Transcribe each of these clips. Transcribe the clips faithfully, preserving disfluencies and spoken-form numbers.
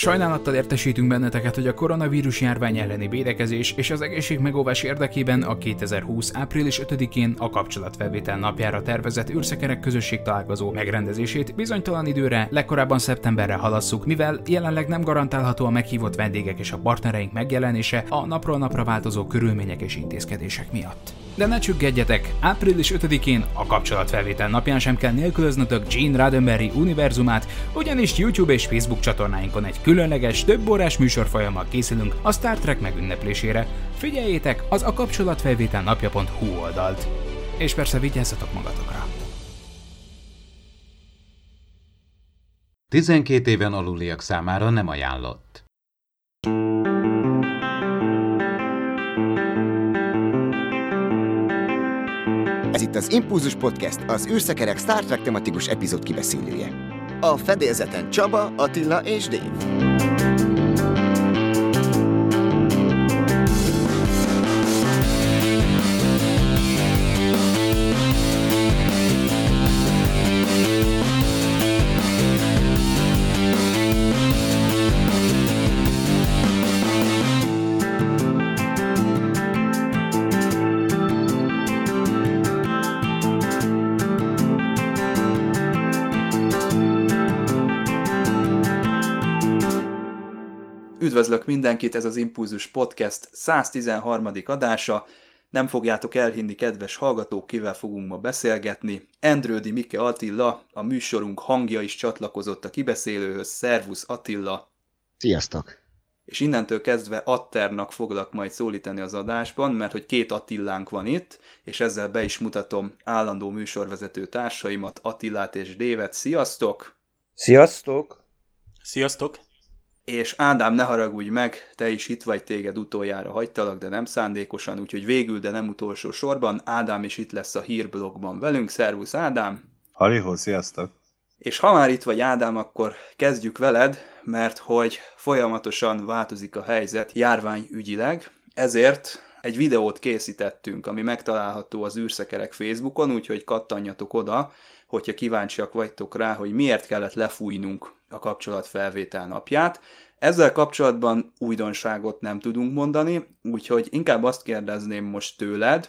Sajnálattal értesítünk benneteket, hogy a koronavírus járvány elleni védekezés és az egészségmegóvás érdekében a kétezer-húsz április ötödikén a kapcsolatfelvétel napjára tervezett űrszekerek közösség találkozó megrendezését bizonytalan időre, legkorábban szeptemberre halasszuk, mivel jelenleg nem garantálható a meghívott vendégek és a partnereink megjelenése a napról napra változó körülmények és intézkedések miatt. De ne csüggedjetek! április ötödikén a kapcsolatfelvétel napján sem kell nélkülöznötök Gene Roddenberry univerzumát, ugyanis YouTube és Facebook csatornáinkon egy különleges, több órás műsorfolyammal készülünk a Star Trek megünneplésére. Figyeljétek az a kapcsolatfelvétel napja pont hú oldalt. És persze vigyázzatok magatokra! tizenkét éven aluliak számára nem ajánlott. Ez itt az Impulzus Podcast, az űrszekerek Star Trek tematikus epizód kibeszélője. A fedélzeten Csaba, Attila és Dave. Üdvözlök mindenkit, ez az Impulzus Podcast száztizenharmadik adása. Nem fogjátok elhinni, kedves hallgatók, kivel fogunk ma beszélgetni. Endrődi Mike Attila, a műsorunk hangja is csatlakozott a kibeszélőhöz. Szervusz Attila! Sziasztok! És innentől kezdve Atternak foglak majd szólítani az adásban, mert hogy két Attilánk van itt, és ezzel be is mutatom állandó műsorvezető társaimat, Attilát és Dévet. Sziasztok! Sziasztok! Sziasztok! És Ádám, ne haragudj meg, te is itt vagy, téged utoljára hagytalak, de nem szándékosan, úgyhogy végül, de nem utolsó sorban, Ádám is itt lesz a hírblogban velünk. Szervusz Ádám! Halihó, sziasztok! És ha már itt vagy Ádám, akkor kezdjük veled, mert hogy folyamatosan változik a helyzet járványügyileg, ezért egy videót készítettünk, ami megtalálható az űrszekerek Facebookon, úgyhogy kattanjatok oda, hogyha kíváncsiak vagytok rá, hogy miért kellett lefújnunk a kapcsolatfelvétel napját. Ezzel kapcsolatban újdonságot nem tudunk mondani, úgyhogy inkább azt kérdezném most tőled,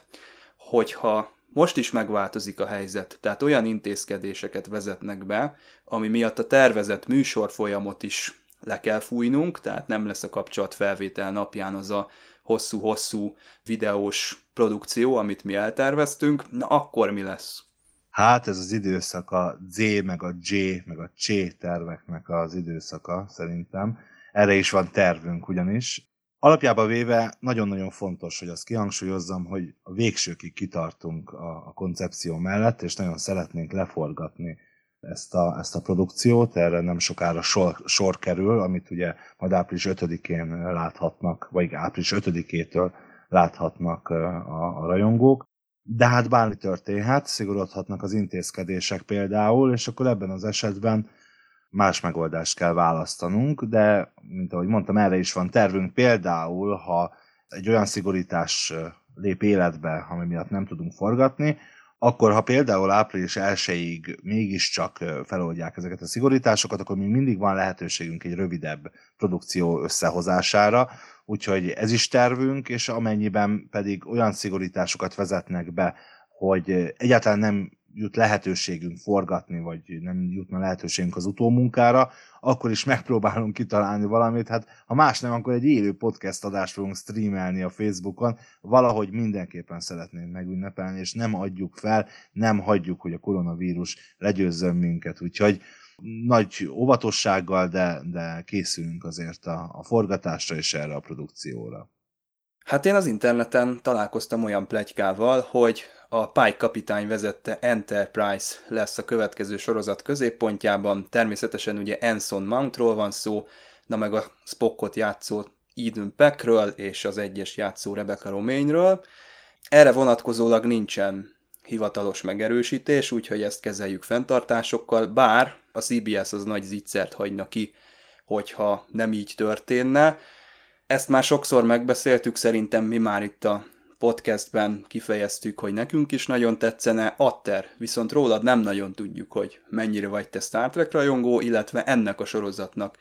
hogyha most is megváltozik a helyzet, tehát olyan intézkedéseket vezetnek be, ami miatt a tervezett műsorfolyamot is le kell fújnunk, tehát nem lesz a kapcsolatfelvétel napján az a hosszú-hosszú videós produkció, amit mi elterveztünk, na akkor mi lesz? Hát ez az időszak a Z, meg a J, meg a C terveknek az időszaka szerintem. Erre is van tervünk ugyanis. Alapjában véve nagyon-nagyon fontos, hogy azt kihangsúlyozzam, hogy a végsőkig kitartunk a, a koncepció mellett, és nagyon szeretnénk leforgatni ezt a, ezt a produkciót. Erre nem sokára sor, sor kerül, amit ugye majd április ötödikén láthatnak, vagy április ötödikétől láthatnak a, a rajongók. De hát bármi történhet, szigorodhatnak az intézkedések például, és akkor ebben az esetben más megoldást kell választanunk, de, mint ahogy mondtam, erre is van tervünk. Például, ha egy olyan szigorítás lép életbe, ami miatt nem tudunk forgatni, akkor ha például április elsejéig mégiscsak feloldják ezeket a szigorításokat, akkor még mindig van lehetőségünk egy rövidebb produkció összehozására, úgyhogy ez is tervünk, és amennyiben pedig olyan szigorításokat vezetnek be, hogy egyáltalán nem jut lehetőségünk forgatni, vagy nem jutna lehetőségünk az utómunkára, akkor is megpróbálunk kitalálni valamit. Hát ha más nem, akkor egy élő podcast adást fogunk streamelni a Facebookon, valahogy mindenképpen szeretnénk megünnepelni, és nem adjuk fel, nem hagyjuk, hogy a koronavírus legyőzzön minket, úgyhogy nagy óvatossággal, de, de készülünk azért a, a forgatásra és erre a produkcióra. Hát én az interneten találkoztam olyan pletykával, hogy a Pike kapitány vezette Enterprise lesz a következő sorozat középpontjában, természetesen ugye Anson Mountról van szó, na meg a Spockot játszó Eden Peckről és az egyes játszó Rebecca Romaineről. Erre vonatkozólag nincsen hivatalos megerősítés, úgyhogy ezt kezeljük fenntartásokkal, bár a cé bé es az nagy zicsert hagyna ki, hogyha nem így történne. Ezt már sokszor megbeszéltük, szerintem mi már itt a podcastben kifejeztük, hogy nekünk is nagyon tetszene. Atter, viszont rólad nem nagyon tudjuk, hogy mennyire vagy te Star Trek rajongó, illetve ennek a sorozatnak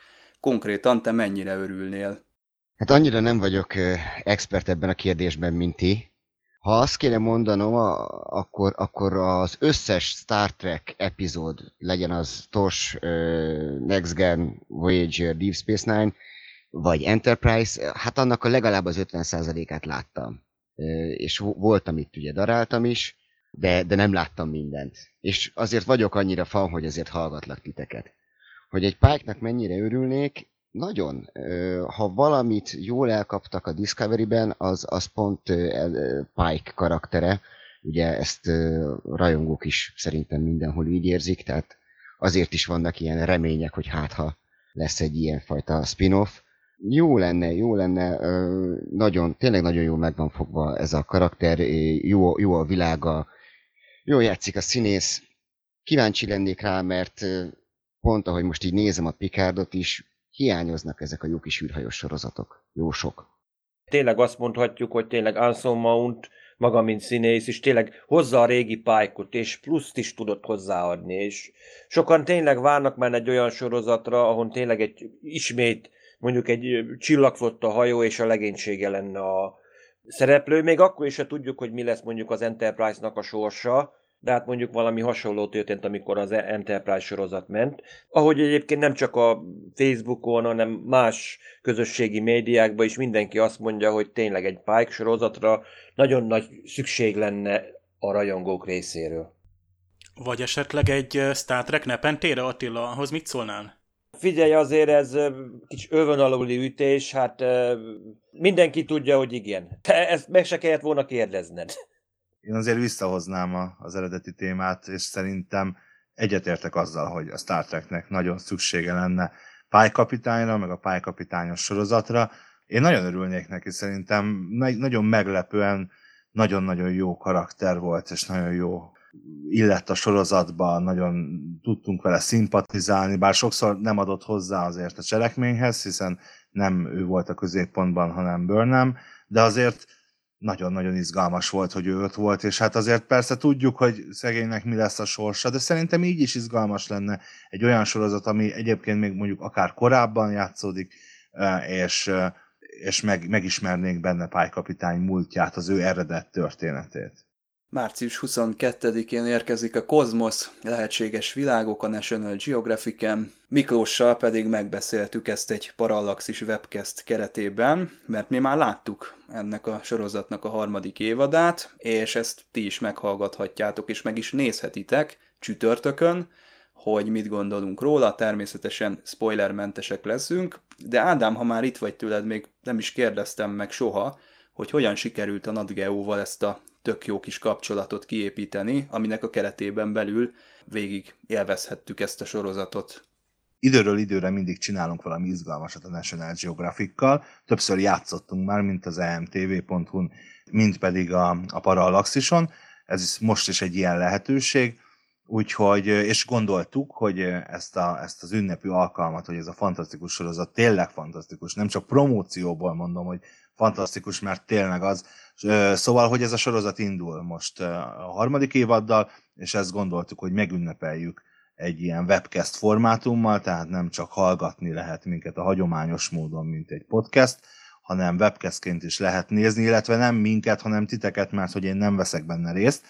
konkrétan te mennyire örülnél? Hát annyira nem vagyok expert ebben a kérdésben, mint ti. Ha azt kéne mondanom, akkor, akkor az összes Star Trek epizód, legyen az té o es, Next Gen, Voyager, Deep Space Nine, vagy Enterprise, hát annak a legalább az ötven százalékát láttam. És voltam itt, ugye daráltam is, de, de nem láttam mindent. És azért vagyok annyira fan, hogy azért hallgatlak titeket. Hogy egy Pike-nak mennyire örülnék, nagyon. Ha valamit jól elkaptak a Discovery-ben, az, az pont Pike karaktere. Ugye ezt rajongók is szerintem mindenhol így érzik, tehát azért is vannak ilyen remények, hogy hát ha lesz egy ilyenfajta spin-off. Jó lenne, jó lenne, nagyon, tényleg nagyon jól meg van fogva ez a karakter, jó, jó a világa, jól játszik a színész. Kíváncsi lennék rá, mert pont ahogy most így nézem a Picardot is, hiányoznak ezek a jó kis űrhajós sorozatok. Jó sok. Tényleg azt mondhatjuk, hogy tényleg Anson Mount, maga mint színész is tényleg hozza a régi Pike-ot, és pluszt is tudott hozzáadni, és sokan tényleg várnak már egy olyan sorozatra, ahol tényleg egy ismét mondjuk egy csillagflotta hajó és a legénysége lenne a szereplő, még akkor is se tudjuk, hogy mi lesz mondjuk az Enterprise-nak a sorsa, de hát mondjuk valami hasonló történt, amikor az Enterprise sorozat ment. Ahogy egyébként nem csak a Facebookon, hanem más közösségi médiákban is mindenki azt mondja, hogy tényleg egy Pike sorozatra nagyon nagy szükség lenne a rajongók részéről. Vagy esetleg egy Star Trek Nepentére, Attila, ahhoz mit szólnál? Figyelj, azért ez kicsi övön aluli ütés, hát mindenki tudja, hogy igen. Te ezt meg se kellett volna kérdezned. Én azért visszahoznám a, az eredeti témát, és szerintem egyetértek azzal, hogy a Star Treknek nagyon szüksége lenne Pike kapitányra, meg a Pike kapitányos sorozatra. Én nagyon örülnék neki, szerintem nagyon meglepően, nagyon-nagyon jó karakter volt, és nagyon jó illett a sorozatban, nagyon tudtunk vele szimpatizálni, bár sokszor nem adott hozzá azért a cselekményhez, hiszen nem ő volt a középpontban, hanem Burnham, de azért nagyon-nagyon izgalmas volt, hogy ő ott volt, és hát azért persze tudjuk, hogy szegénynek mi lesz a sorsa, de szerintem így is izgalmas lenne egy olyan sorozat, ami egyébként még mondjuk akár korábban játszódik, és, és meg, megismernénk benne Pike kapitány múltját, az ő eredet történetét. március huszonkettedikén érkezik a Kozmosz, lehetséges világok a National Geographic-en. Miklóssal pedig megbeszéltük ezt egy Parallaxis webcast keretében, mert mi már láttuk ennek a sorozatnak a harmadik évadát, és ezt ti is meghallgathatjátok, és meg is nézhetitek csütörtökön, hogy mit gondolunk róla, természetesen spoilermentesek leszünk, de Ádám, ha már itt vagy tőled, még nem is kérdeztem meg soha, hogy hogyan sikerült a NatGeo-val ezt a tök jó kis kapcsolatot kiépíteni, aminek a keretében belül végig élvezhettük ezt a sorozatot. Időről időre mindig csinálunk valami izgalmasat a National Geographic-kal. Többször játszottunk már, mint az e m t v pont hu-n, mint pedig a, a Parallaxison. Ez is most is egy ilyen lehetőség. Úgyhogy, és gondoltuk, hogy ezt, a, ezt az ünnepi alkalmat, hogy ez a fantasztikus sorozat tényleg fantasztikus, nem csak promócióból mondom, hogy fantasztikus, mert tényleg az. Szóval, hogy ez a sorozat indul most a harmadik évaddal, és ezt gondoltuk, hogy megünnepeljük egy ilyen webcast formátummal, tehát nem csak hallgatni lehet minket a hagyományos módon, mint egy podcast, hanem webcastként is lehet nézni, illetve nem minket, hanem titeket, mert hogy én nem veszek benne részt.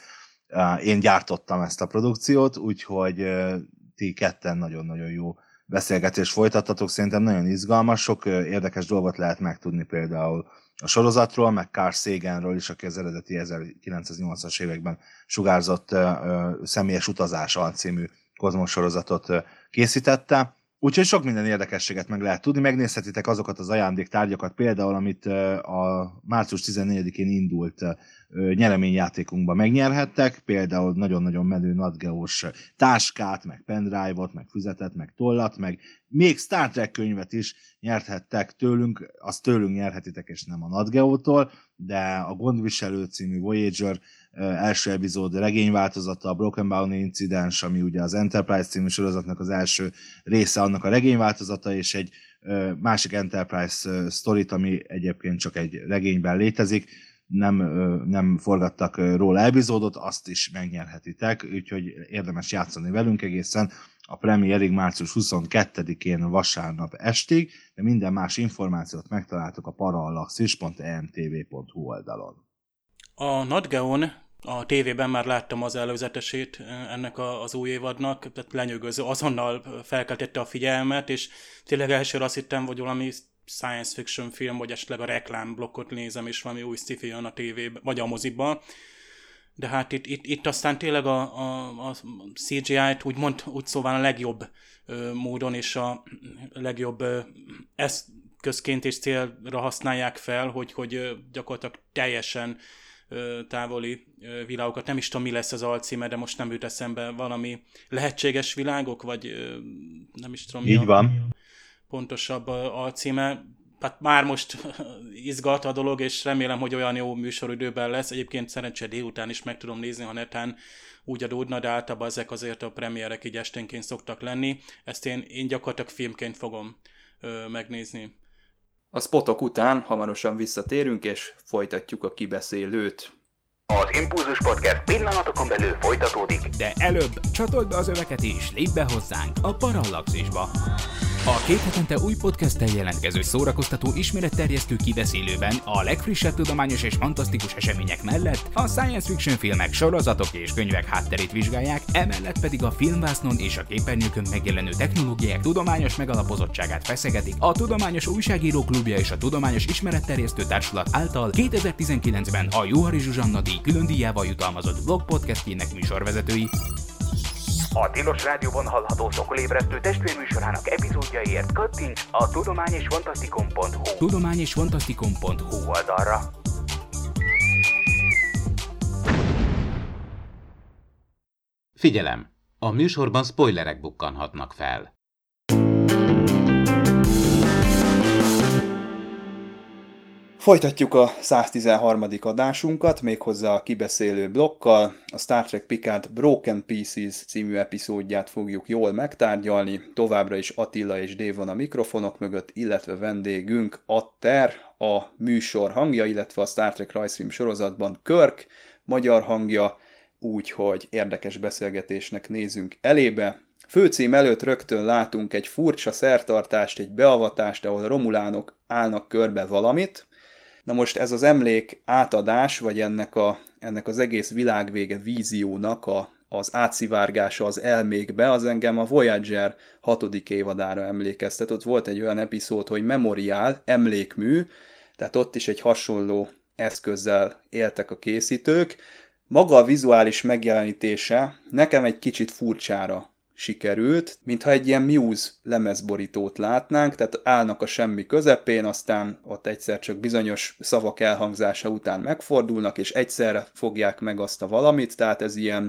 Én gyártottam ezt a produkciót, úgyhogy ti ketten nagyon-nagyon jó beszélgetést folytattatok, szerintem nagyon izgalmas, sok érdekes dolgot lehet megtudni például a sorozatról, meg Carl Saganről is, aki az eredeti ezerkilencszáznyolcvanas években sugárzott uh, Személyes utazás alcímű kozmosz sorozatot uh, készítette. Úgyhogy sok minden érdekességet meg lehet tudni, megnézhetitek azokat az ajándéktárgyakat, például amit uh, a március tizennegyedikén indult uh, nyereményjátékunkban megnyerhettek, például nagyon-nagyon menő NatGeo-s táskát, meg pendrive-ot, meg füzetet, meg tollat, meg még Star Trek könyvet is nyerhettek tőlünk, azt tőlünk nyerhetitek, és nem a NatGeo-tól, de a Gondviselő című Voyager első epizód regényváltozata, a Broken Bounty Incidens, ami ugye az Enterprise című sorozatnak az első része, annak a regényváltozata, és egy másik Enterprise sztorit, ami egyébként csak egy regényben létezik, nem, nem forgattak róla epizódot, azt is megnyerhetitek, úgyhogy érdemes játszani velünk egészen a premierig március huszonkettedikén vasárnap estig, de minden más információt megtaláltok a parallaxis pont e m t v pont h u oldalon. A NatGeon a tévében már láttam az előzetesét ennek az új évadnak, tehát lenyűgöző, azonnal felkeltette a figyelmet, és tényleg elsőre azt hittem, hogy valami science fiction film, vagy esetleg a reklámblokkot nézem, és valami új sci-fi jön a tévében, vagy a moziban. De hát itt, itt, itt aztán tényleg a, a, a cé gé í-t úgymond, úgy szóval a legjobb ö, módon és a legjobb ö, eszközként és célra használják fel, hogy, hogy ö, gyakorlatilag teljesen ö, távoli ö, világokat, nem is tudom mi lesz az alcíme, de most nem jut eszembe, valami lehetséges világok, vagy ö, nem is tudom mi Így van. pontosabb alcíme. Hát már most izgat a dolog, és remélem, hogy olyan jó műsoridőben lesz. Egyébként szerencsére délután is meg tudom nézni, ha netán úgy adódna, de általában ezek azért a premierek így esténként szoktak lenni. Ezt én, én gyakorlatilag filmként fogom ö, megnézni. A spotok után hamarosan visszatérünk, és folytatjuk a kibeszélőt. Az Impulzus Podcast pillanatokon belül folytatódik. De előbb csatold be az öveket és lépj be hozzánk a Parallaxisba. A két hetente új podcasttel jelentkező szórakoztató ismeretterjesztő kibeszélőben a legfrissebb tudományos és fantasztikus események mellett a science fiction filmek, sorozatok és könyvek hátterét vizsgálják, emellett pedig a filmvásznon és a képernyőkön megjelenő technológiák tudományos megalapozottságát feszegetik a Tudományos Újságírók Klubja és a Tudományos Ismeretterjesztő Társulat által kétezer-tizenkilencben a Juhari Zsuzsanna díj külön díjával jutalmazott blog podcastjének műsorvezetői. A Tilos Rádióban hallható szokolébresztő testvérműsorának epizódjaiért kattints a tudomány és fantasztikum pont hu tudomány és fantasztikum pont hu oldalra. Figyelem! A műsorban spoilerek bukkanhatnak fel. Folytatjuk a száztizenharmadik adásunkat, méghozzá a kibeszélő blokkal. A Star Trek Picard Broken Pieces című epizódját fogjuk jól megtárgyalni. Továbbra is Attila és Dave van a mikrofonok mögött, illetve vendégünk Atter, a műsor hangja, illetve a Star Trek rajzfilm sorozatban Kirk, magyar hangja, úgyhogy érdekes beszélgetésnek nézünk elébe. Főcím előtt rögtön látunk egy furcsa szertartást, egy beavatást, ahol a romulánok állnak körbe valamit. Na most ez az emlék átadás, vagy ennek, a, ennek az egész világvége víziónak a, az átszivárgása az elmékbe, az engem a Voyager hatodik évadára emlékeztet. Ott volt egy olyan epizód, hogy memoriál, emlékmű, tehát ott is egy hasonló eszközzel éltek a készítők. Maga a vizuális megjelenítése nekem egy kicsit furcsára sikerült, mintha egy ilyen Muse lemezborítót látnánk, tehát állnak a semmi közepén, aztán ott egyszer csak bizonyos szavak elhangzása után megfordulnak, és egyszerre fogják meg azt a valamit, tehát ez ilyen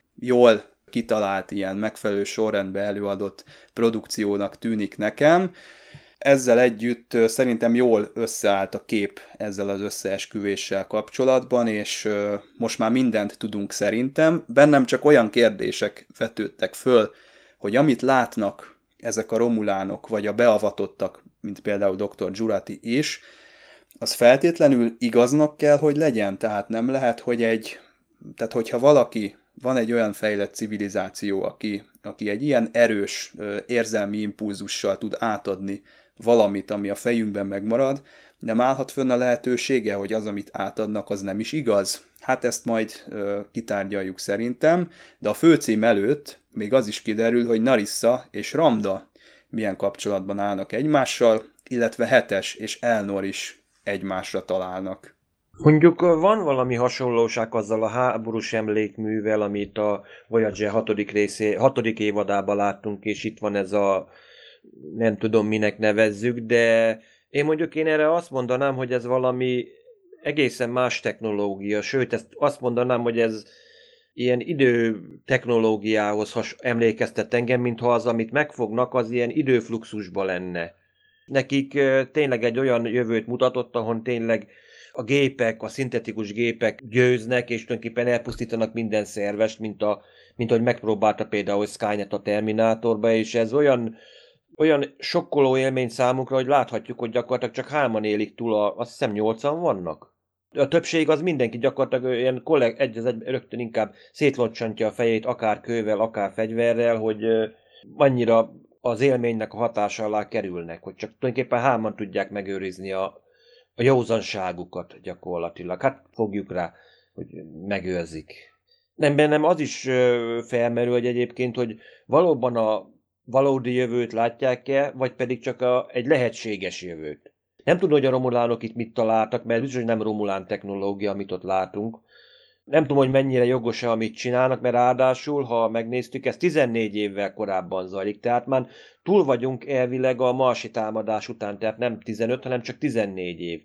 jól kitalált, ilyen megfelelő sorrendben előadott produkciónak tűnik nekem. Ezzel együtt szerintem jól összeállt a kép ezzel az összeesküvéssel kapcsolatban, és most már mindent tudunk szerintem. Bennem csak olyan kérdések vetődtek föl, hogy amit látnak ezek a romulánok, vagy a beavatottak, mint például doktor Jurati is, az feltétlenül igaznak kell, hogy legyen. Tehát nem lehet, hogy egy... Tehát hogyha valaki, van egy olyan fejlett civilizáció, aki, aki egy ilyen erős érzelmi impulzussal tud átadni valamit, ami a fejünkben megmarad, nem állhat fönn a lehetősége, hogy az, amit átadnak, az nem is igaz? Hát ezt majd ö, kitárgyaljuk szerintem, de a főcím előtt még az is kiderül, hogy Narissa és Ramda milyen kapcsolatban állnak egymással, illetve Hetes és Elnor is egymásra találnak. Mondjuk van valami hasonlóság azzal a háborús emlékművel, amit a Voyager hatodik részé, hatodik évadában láttunk, és itt van ez a nem tudom minek nevezzük, de én mondjuk én erre azt mondanám, hogy ez valami egészen más technológia, sőt, ezt azt mondanám, hogy ez ilyen idő technológiához has, emlékeztet engem, mintha az, amit megfognak, az ilyen időfluxusban lenne. Nekik tényleg egy olyan jövőt mutatott, ahol tényleg a gépek, a szintetikus gépek győznek, és tulajdonképpen elpusztítanak minden szervest, mint, a, mint ahogy megpróbálta például Skynet a Terminátorba, és ez olyan olyan sokkoló élmény számunkra, hogy láthatjuk, hogy gyakorlatilag csak hárman élik túl, a, azt hiszem nyolcan vannak. A többség az mindenki gyakorlatilag ilyen kolleg, egy az egy rögtön inkább szétlocsantja a fejét, akár kővel, akár fegyverrel, hogy annyira az élménynek a hatása alá kerülnek, hogy csak tulajdonképpen hárman tudják megőrizni a, a józanságukat gyakorlatilag. Hát fogjuk rá, hogy megőrzik. Nem, bennem az is felmerül, hogy egyébként, hogy valóban a valódi jövőt látják-e, vagy pedig csak a, egy lehetséges jövőt. Nem tudom, hogy a romulánok itt mit találtak, mert biztos, hogy nem romulán technológia, amit ott látunk. Nem tudom, hogy mennyire jogos-e, amit csinálnak, mert ráadásul, ha megnéztük, ez tizennégy évvel korábban zajlik, tehát már túl vagyunk elvileg a marsi támadás után, tehát nem tizenöt, hanem csak tizennégy év.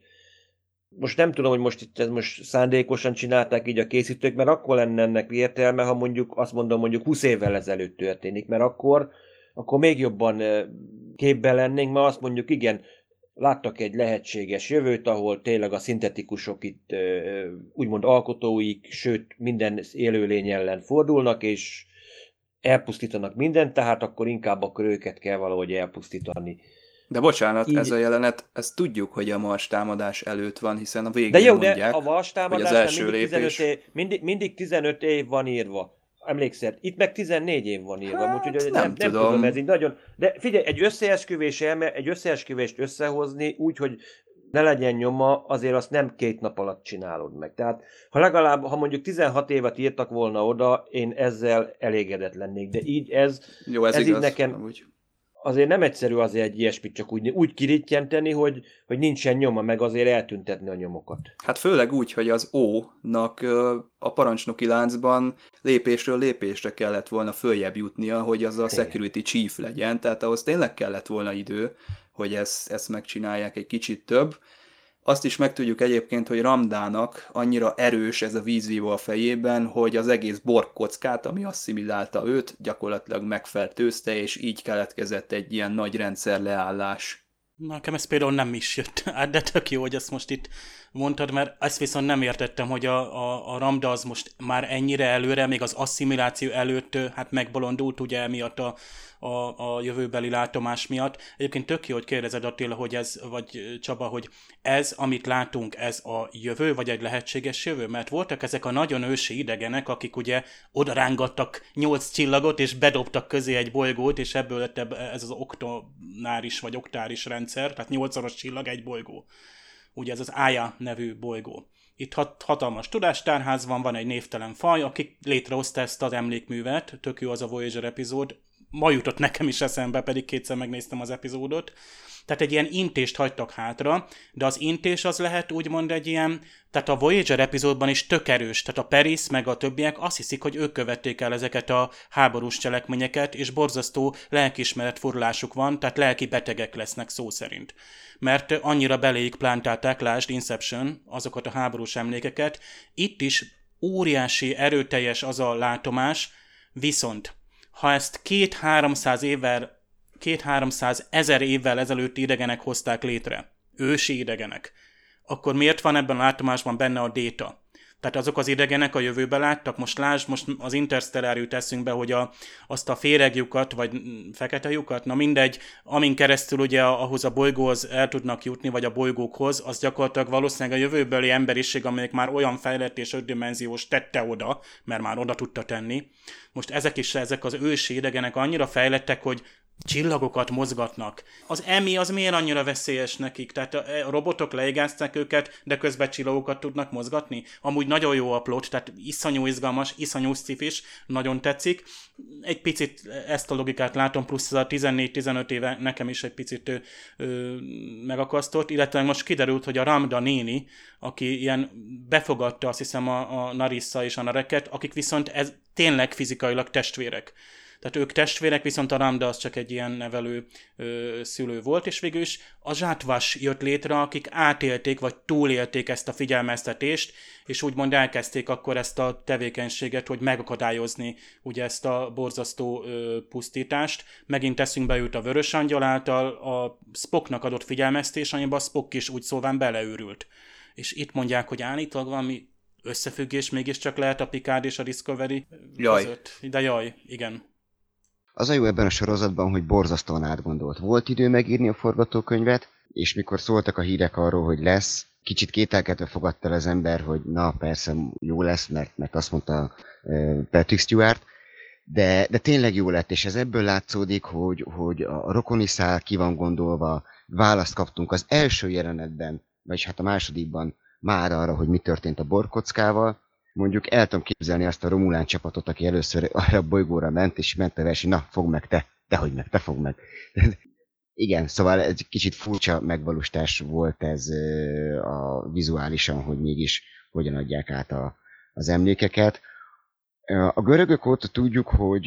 Most nem tudom, hogy most itt ez most szándékosan csinálták így a készítők, mert akkor lenne ennek értelme, ha mondjuk azt mondom, mondjuk húsz évvel ezelőtt történik, mert akkor, akkor még jobban képben lennénk, mert azt mondjuk igen, láttak egy lehetséges jövőt, ahol tényleg a szintetikusok itt úgymond alkotóik, sőt minden élőlény ellen fordulnak, és elpusztítanak mindent, tehát akkor inkább akkor őket kell valahogy elpusztítani. De bocsánat, Így... ez a jelenet, ezt tudjuk, hogy a Mars támadás előtt van, hiszen a végén de jó, mondják, de a Mars támadás hogy az első mindig, lépés... tizenöt év, mindig, mindig tizenöt év van írva. Emlékszel, itt meg tizennégy év van írva, hát, úgyhogy nem, nem, nem tudom. tudom, ez így nagyon... De figyelj, egy összeesküvés elme, egy összeesküvést összehozni úgy, hogy ne legyen nyoma, azért azt nem két nap alatt csinálod meg. Tehát, ha legalább, ha mondjuk tizenhat évet írtak volna oda, én ezzel elégedett lennék, de így ez... Jó, ez, ez igaz, így nekem... amúgy. Azért nem egyszerű azért egy ilyesmit csak úgy, úgy kirítjenteni, hogy, hogy nincsen nyoma, meg azért eltüntetni a nyomokat. Hát főleg úgy, hogy az O-nak a parancsnoki láncban lépésről lépésre kellett volna följebb jutnia, hogy az a security chief legyen, tehát ahhoz tényleg kellett volna idő, hogy ezt, ezt megcsinálják egy kicsit több. Azt is megtudjuk egyébként, hogy Ramdának annyira erős ez a vízvívó a fejében, hogy az egész borkockát, ami asszimilálta őt, gyakorlatilag megfertőzte, és így keletkezett egy ilyen nagy rendszer leállás. Na, nekem ez például nem is jött át, de tök jó, hogy ezt most itt mondtad, mert ezt viszont nem értettem, hogy a, a, a Ramda az most már ennyire előre, még az asszimiláció előtt hát megbolondult ugye emiatt a, a, a jövőbeli látomás miatt. Egyébként tök jó, hogy kérdezed Attila, hogy ez, vagy Csaba, hogy ez, amit látunk, ez a jövő, vagy egy lehetséges jövő? Mert voltak ezek a nagyon ősi idegenek, akik ugye odarángattak nyolc csillagot, és bedobtak közé egy bolygót, és ebből lett ez az oktonáris, vagy oktáris rendszer, tehát nyolcszoros csillag egy bolygó. Ugye ez az Aya nevű bolygó. Itt hat, hatalmas tudástárház van, van egy névtelen faj, akik létrehozta ezt az emlékművet, tök jó az a Voyager epizód, ma jutott nekem is eszembe, pedig kétszer megnéztem az epizódot. Tehát egy ilyen intést hagytak hátra, de az intés az lehet úgymond egy ilyen, tehát a Voyager epizódban is tök erős, tehát a Paris meg a többiek azt hiszik, hogy ők követték el ezeket a háborús cselekményeket, és borzasztó lelkiismeretforrulásuk van, tehát lelki betegek lesznek szó szerint. Mert annyira beléjük plántálták, lásd Inception, azokat a háborús emlékeket. Itt is óriási, erőteljes az a látomás, viszont ha ezt két-háromszáz évvel, két-háromszáz ezer évvel ezelőtti idegenek hozták létre, ősi idegenek, akkor miért van ebben a látomásban benne a déta? Tehát azok az idegenek a jövőbe láttak, most lásd, most az Interstellar jut eszünkbe, hogy a, azt a féreglyukat, vagy fekete lyukat, na mindegy, amin keresztül ugye ahhoz a bolygóhoz el tudnak jutni, vagy a bolygókhoz, az gyakorlatilag valószínűleg a jövőbeli emberiség, amelyik már olyan fejlett és ötdimenziós tette oda, mert már oda tudta tenni. Most ezek is, ezek az ősi idegenek annyira fejlettek, hogy csillagokat mozgatnak. Az Emi az miért annyira veszélyes nekik? Tehát a robotok leigázták őket, de közben csillagokat tudnak mozgatni? Amúgy nagyon jó a plot, tehát iszonyú izgalmas, iszonyú szifis, nagyon tetszik. Egy picit ezt a logikát látom, plusz a tizennégy-tizenöt éve nekem is egy picit ö, ö, megakasztott, illetve most kiderült, hogy a Ramda néni, aki ilyen befogadta azt hiszem a, a Narissa és a Nareket, akik viszont ez tényleg fizikailag testvérek. Tehát ők testvérek, viszont a Ramda az csak egy ilyen nevelő ö, szülő volt, és végül is a Zsátvas jött létre, akik átélték, vagy túlélték ezt a figyelmeztetést, és úgymond elkezdték akkor ezt a tevékenységet, hogy megakadályozni ugye ezt a borzasztó ö, pusztítást. Megint eszünkbe jut a Vörös Angyal által a Spocknak adott figyelmeztés, amiben a Spock is úgy szóván beleőrült. És itt mondják, hogy állítólag valami összefüggés mégiscsak lehet a Picard és a Discovery jaj. között. De jaj, igen. Az a jó ebben a sorozatban, hogy borzasztóan átgondolt. Volt idő megírni a forgatókönyvet, és mikor szóltak a hírek arról, hogy lesz, kicsit kételkedve fogadta el az ember, hogy na persze jó lesz, mert, mert azt mondta uh, Patrick Stewart, De, de tényleg jó lett, és ez ebből látszódik, hogy, hogy a rokoni szál ki van gondolva, választ kaptunk az első jelenetben, vagyis hát a másodikban már arra, hogy mi történt a borkockával. Mondjuk el tudom képzelni azt a Romulán csapatot, aki először arra a bolygóra ment, és ment a verseny, na, fogd meg te, tehogy meg, te fogd meg. Igen, szóval egy kicsit furcsa megvalósítás volt ez a vizuálisan, hogy mégis hogyan adják át a, az emlékeket. A görögök óta tudjuk, hogy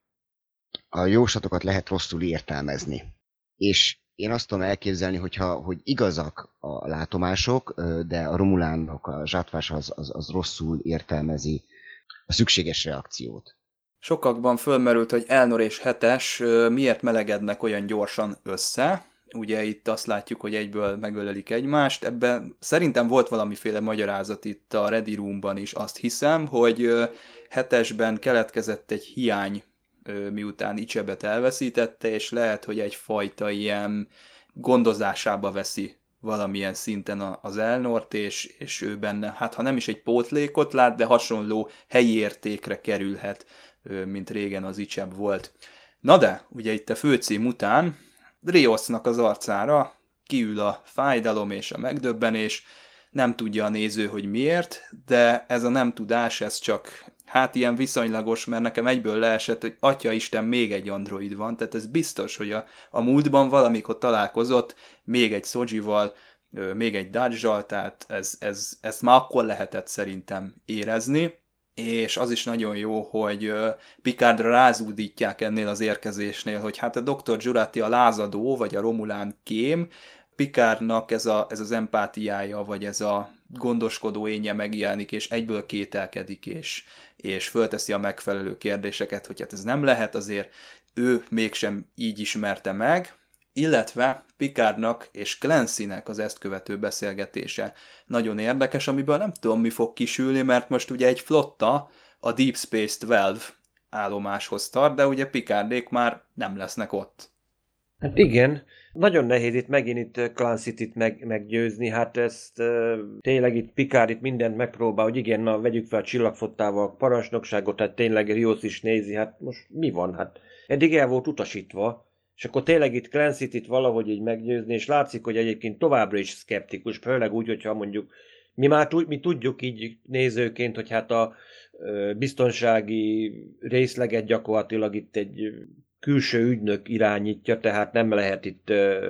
a jóslatokat lehet rosszul értelmezni. És én azt tudom elképzelni, hogyha, hogy igazak a látomások, de a romulánok, a zsátvás az, az, az rosszul értelmezi a szükséges reakciót. Sokakban fölmerült, hogy Elnor és Hetes miért melegednek olyan gyorsan össze. Ugye itt azt látjuk, hogy egyből megölelik egymást. Ebben szerintem volt valamiféle magyarázat itt a Ready Roomban is. Azt hiszem, hogy Hetesben keletkezett egy hiány, miután Ichebet elveszítette, és lehet, hogy egyfajta ilyen gondozásába veszi valamilyen szinten az Elnort, és, és ő benne, hát ha nem is egy pótlékot lát, de hasonló helyi értékre kerülhet, mint régen az Icheb volt. Na de, ugye itt a főcím után Driosnak az arcára kiül a fájdalom és a megdöbbenés, nem tudja a néző, hogy miért, de ez a nem tudás, ez csak hát ilyen viszonylagos, mert nekem egyből leesett, hogy atyaisten, még egy android van, tehát ez biztos, hogy a, a múltban valamikor találkozott még egy Sojival, még egy Dodge-zal, tehát ez, ez, ezt már akkor lehetett szerintem érezni, és az is nagyon jó, hogy Picardra rázúdítják ennél az érkezésnél, hogy hát a doktor Jurati a lázadó, vagy a Romulán kém, Picardnak ez, a, ez az empátiája, vagy ez a gondoskodó énje megjelenik, és egyből kételkedik, és, és fölteszi a megfelelő kérdéseket, hogy hát ez nem lehet, azért ő mégsem így ismerte meg, illetve Picardnak és Clancynek az ezt követő beszélgetése nagyon érdekes, amiből nem tudom, mi fog kisülni, mert most ugye egy flotta a Deep Space tizenkettő állomáshoz tart, de ugye Picardék már nem lesznek ott. Hát igen, nagyon nehéz itt megint itt Clancyt itt meg, meggyőzni, hát ezt uh, tényleg itt Picard itt mindent megpróbál, hogy igen, na vegyük fel a csillagflottával a parancsnokságot, hát tényleg Rios is nézi, hát most mi van, hát eddig el volt utasítva, és akkor tényleg itt Clancyt itt valahogy így meggyőzni, és látszik, hogy egyébként továbbra is szkeptikus, főleg úgy, hogyha mondjuk mi már mi tudjuk így nézőként, hogy hát a uh, biztonsági részleget gyakorlatilag itt egy külső ügynök irányítja, tehát nem lehet itt,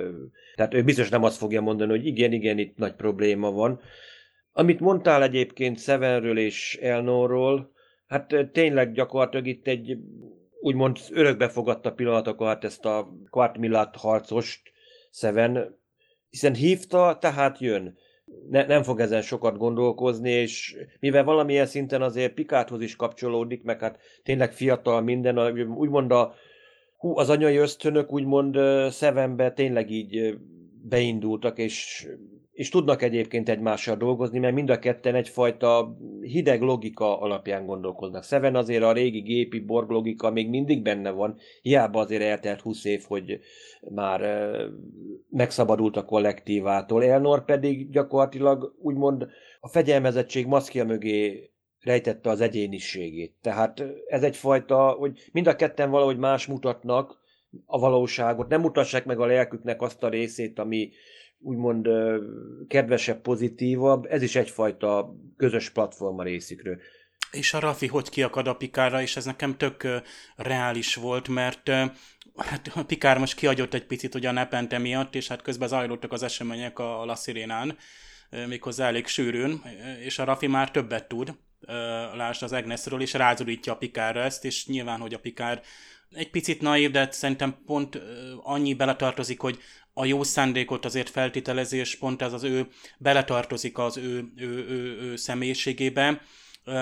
tehát ő biztos nem azt fogja mondani, hogy igen, igen, itt nagy probléma van. Amit mondtál egyébként Sevenről és Elnorról, hát tényleg gyakorlatilag itt egy úgymond örökbefogadta pillanatokat ezt a Quart Millat harcost Seven, hiszen hívta, tehát jön. Ne, nem fog ezen sokat gondolkozni, és mivel valamilyen szinten azért Picardhoz is kapcsolódik, meg hát tényleg fiatal minden, úgymond a Hú, az anyai ösztönök úgymond Sevenbe tényleg így beindultak, és, és tudnak egyébként egymással dolgozni, mert mind a ketten egyfajta hideg logika alapján gondolkoznak. Seven azért a régi gépi Borg logika még mindig benne van, hiába azért eltelt húsz év, hogy már megszabadult a kollektívától. Elnor pedig gyakorlatilag úgymond a fegyelmezettség maszkja mögé rejtette az egyéniségét. Tehát ez egyfajta, hogy mind a ketten valahogy más mutatnak a valóságot, nem mutassák meg a lelküknek azt a részét, ami úgymond kedvesebb, pozitívabb, ez is egyfajta közös platform a részükről. És a Raffi hogy kiakad a Picardra, és ez nekem tök uh, reális volt, mert uh, hát a Picard most kiagyott egy picit ugye a Nepente miatt, és hát közben zajlottak az események a, a La Sirenán, uh, méghozzá elég sűrűn, uh, és a Raffi már többet tud. Lásd az Agnesről, és rázudítja a Picardra ezt, és nyilván, hogy a Picard egy picit naív, de szerintem pont annyi beletartozik, hogy a jó szándékot azért feltételezi, és pont ez az ő beletartozik az ő, ő, ő, ő személyiségébe,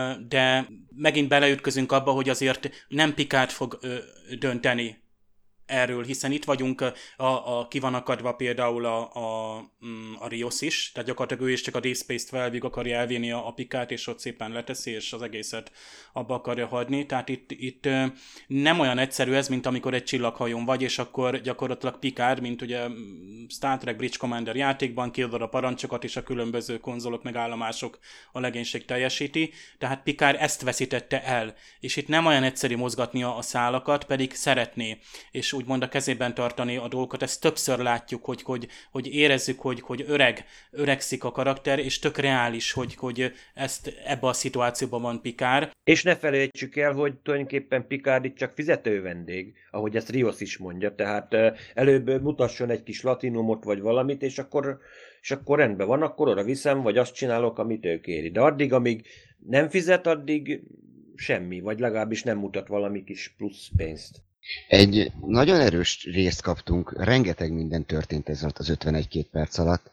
de megint beleütközünk abba, hogy azért nem Picard fog dönteni erről, hiszen itt vagyunk, a, a, ki van akadva például a, a, a Rios is, tehát gyakorlatilag ő is csak a Deep Space Twelve-ig akarja elvinni a, a Pikát, és ott szépen leteszi, és az egészet abba akarja hagyni, tehát itt, itt nem olyan egyszerű ez, mint amikor egy csillaghajón vagy, és akkor gyakorlatilag Picard, mint ugye Star Trek Bridge Commander játékban kiadod a parancsokat, és a különböző konzolok meg állomások a legénység teljesíti, tehát Picard ezt veszítette el, és itt nem olyan egyszerű mozgatni a, a szálakat, pedig szeretné, és úgymond a kezében tartani a dolgokat. Ezt többször látjuk, hogy, hogy, hogy érezzük, hogy, hogy öreg, öregszik a karakter, és tök reális, hogy, hogy ezt ebbe a szituációban van Picard. És ne felejtsük el, hogy tulajdonképpen Picard itt csak fizető vendég, ahogy ezt Rios is mondja, tehát előbb mutasson egy kis latinumot vagy valamit, és akkor, és akkor rendben van, akkor oda viszem, vagy azt csinálok, amit ő kéri. De addig, amíg nem fizet, addig semmi, vagy legalábbis nem mutat valami kis plusz pénzt. Egy nagyon erős részt kaptunk, rengeteg minden történt ez alatt az ötvenegy-két perc alatt,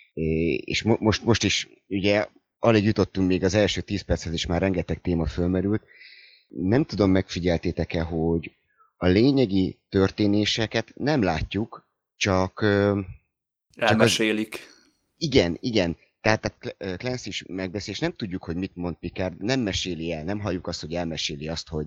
és mo- most, most is ugye alig jutottunk még az első tíz perchez, is már rengeteg téma fölmerült. Nem tudom, megfigyeltétek-e, hogy a lényegi történéseket nem látjuk, csak... elmesélik. Csak az... Igen, igen. Tehát a Clancy is megbeszél, és nem tudjuk, hogy mit mond Picard, nem meséli el, nem halljuk azt, hogy elmeséli azt, hogy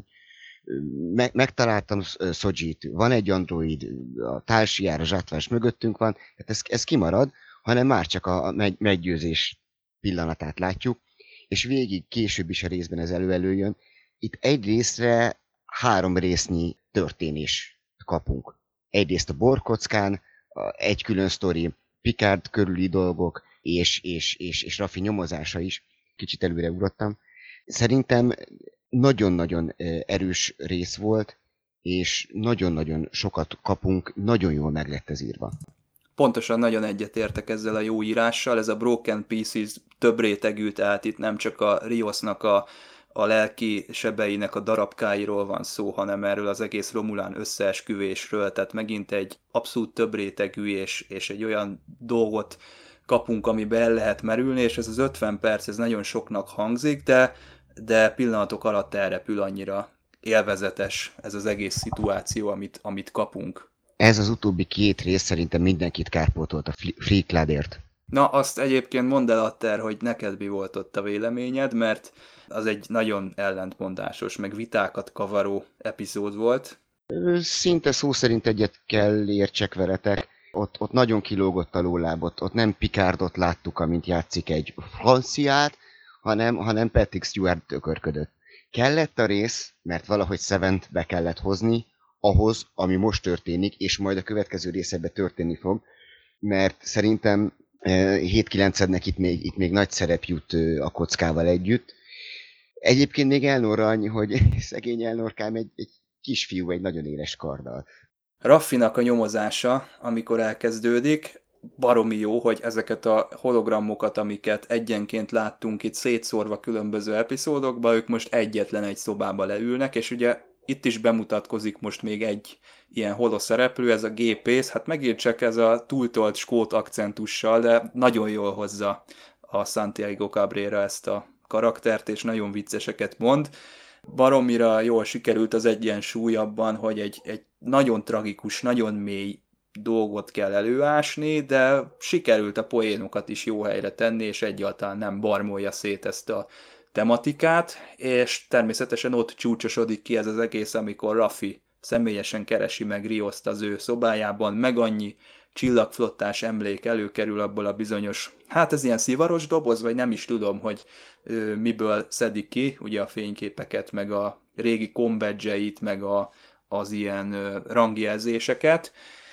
me- megtaláltam Szojit, van egy android, a társiár, a zsátvás mögöttünk van, tehát ez, ez kimarad, hanem már csak a megy- meggyőzés pillanatát látjuk, és végig később is a részben ez elő-előjön. Itt egy részre három résznyi történés kapunk. Egyrészt a borkockán, egy külön sztori, Picard körüli dolgok, és, és, és, és Raffi nyomozása is. Kicsit előre ugrottam. Szerintem nagyon-nagyon erős rész volt, és nagyon-nagyon sokat kapunk, nagyon jól meg lett ez írva. Pontosan nagyon egyetértek ezzel a jó írással, ez a Broken Pieces több rétegű, tehát itt nem csak a Riosnak a, a lelki sebeinek a darabkáiról van szó, hanem erről az egész Romulán összeesküvésről, tehát megint egy abszolút több rétegű és, és egy olyan dolgot kapunk, amiben el lehet merülni, és ez az ötven perc, ez nagyon soknak hangzik, de, de pillanatok alatt elrepül, annyira élvezetes ez az egész szituáció, amit, amit kapunk. Ez az utóbbi két rész szerintem mindenkit kárpótolt a Freak Ladder-t. Na, azt egyébként mondd el, Atter, hogy neked mi volt ott a véleményed, mert az egy nagyon ellentmondásos, meg vitákat kavaró epizód volt. Szinte szó szerint egyet kell értsek veletek. Ott, ott nagyon kilógott a lólábot, ott nem Picardot láttuk, amint játszik egy franciát, hanem, hanem Patrick Stewart tökörködött. Kellett a rész, mert valahogy Sevent be kellett hozni, ahhoz, ami most történik, és majd a következő részekben történni fog, mert szerintem hét kilencednek itt még, itt még nagy szerep jut a kockával együtt. Egyébként még Elnorra annyi, hogy szegény Elnorkám egy, egy kisfiú, egy nagyon éles karddal. Raffinak a nyomozása, amikor elkezdődik, baromi jó, hogy ezeket a hologramokat, amiket egyenként láttunk itt szétszórva különböző epizódokba, ők most egyetlen egy szobába leülnek, és ugye itt is bemutatkozik most még egy ilyen holoszereplő, ez a gépész, hát megint csak ez a túltolt skót akcentussal, de nagyon jól hozza a Santiago Cabrera ezt a karaktert, és nagyon vicceseket mond. Baromira jól sikerült az egyensúly abban, hogy egy, egy nagyon tragikus, nagyon mély dolgot kell előásni, de sikerült a poénokat is jó helyre tenni, és egyáltalán nem barmolja szét ezt a tematikát, és természetesen ott csúcsosodik ki ez az egész, amikor Raffi személyesen keresi meg Rioszt az ő szobájában, meg annyi csillagflottás emlék előkerül abból a bizonyos, hát ez ilyen szivaros doboz, vagy nem is tudom, hogy ö, miből szedik ki, ugye a fényképeket, meg a régi kombedzseit, meg a, az ilyen ö, rangjelzéseket,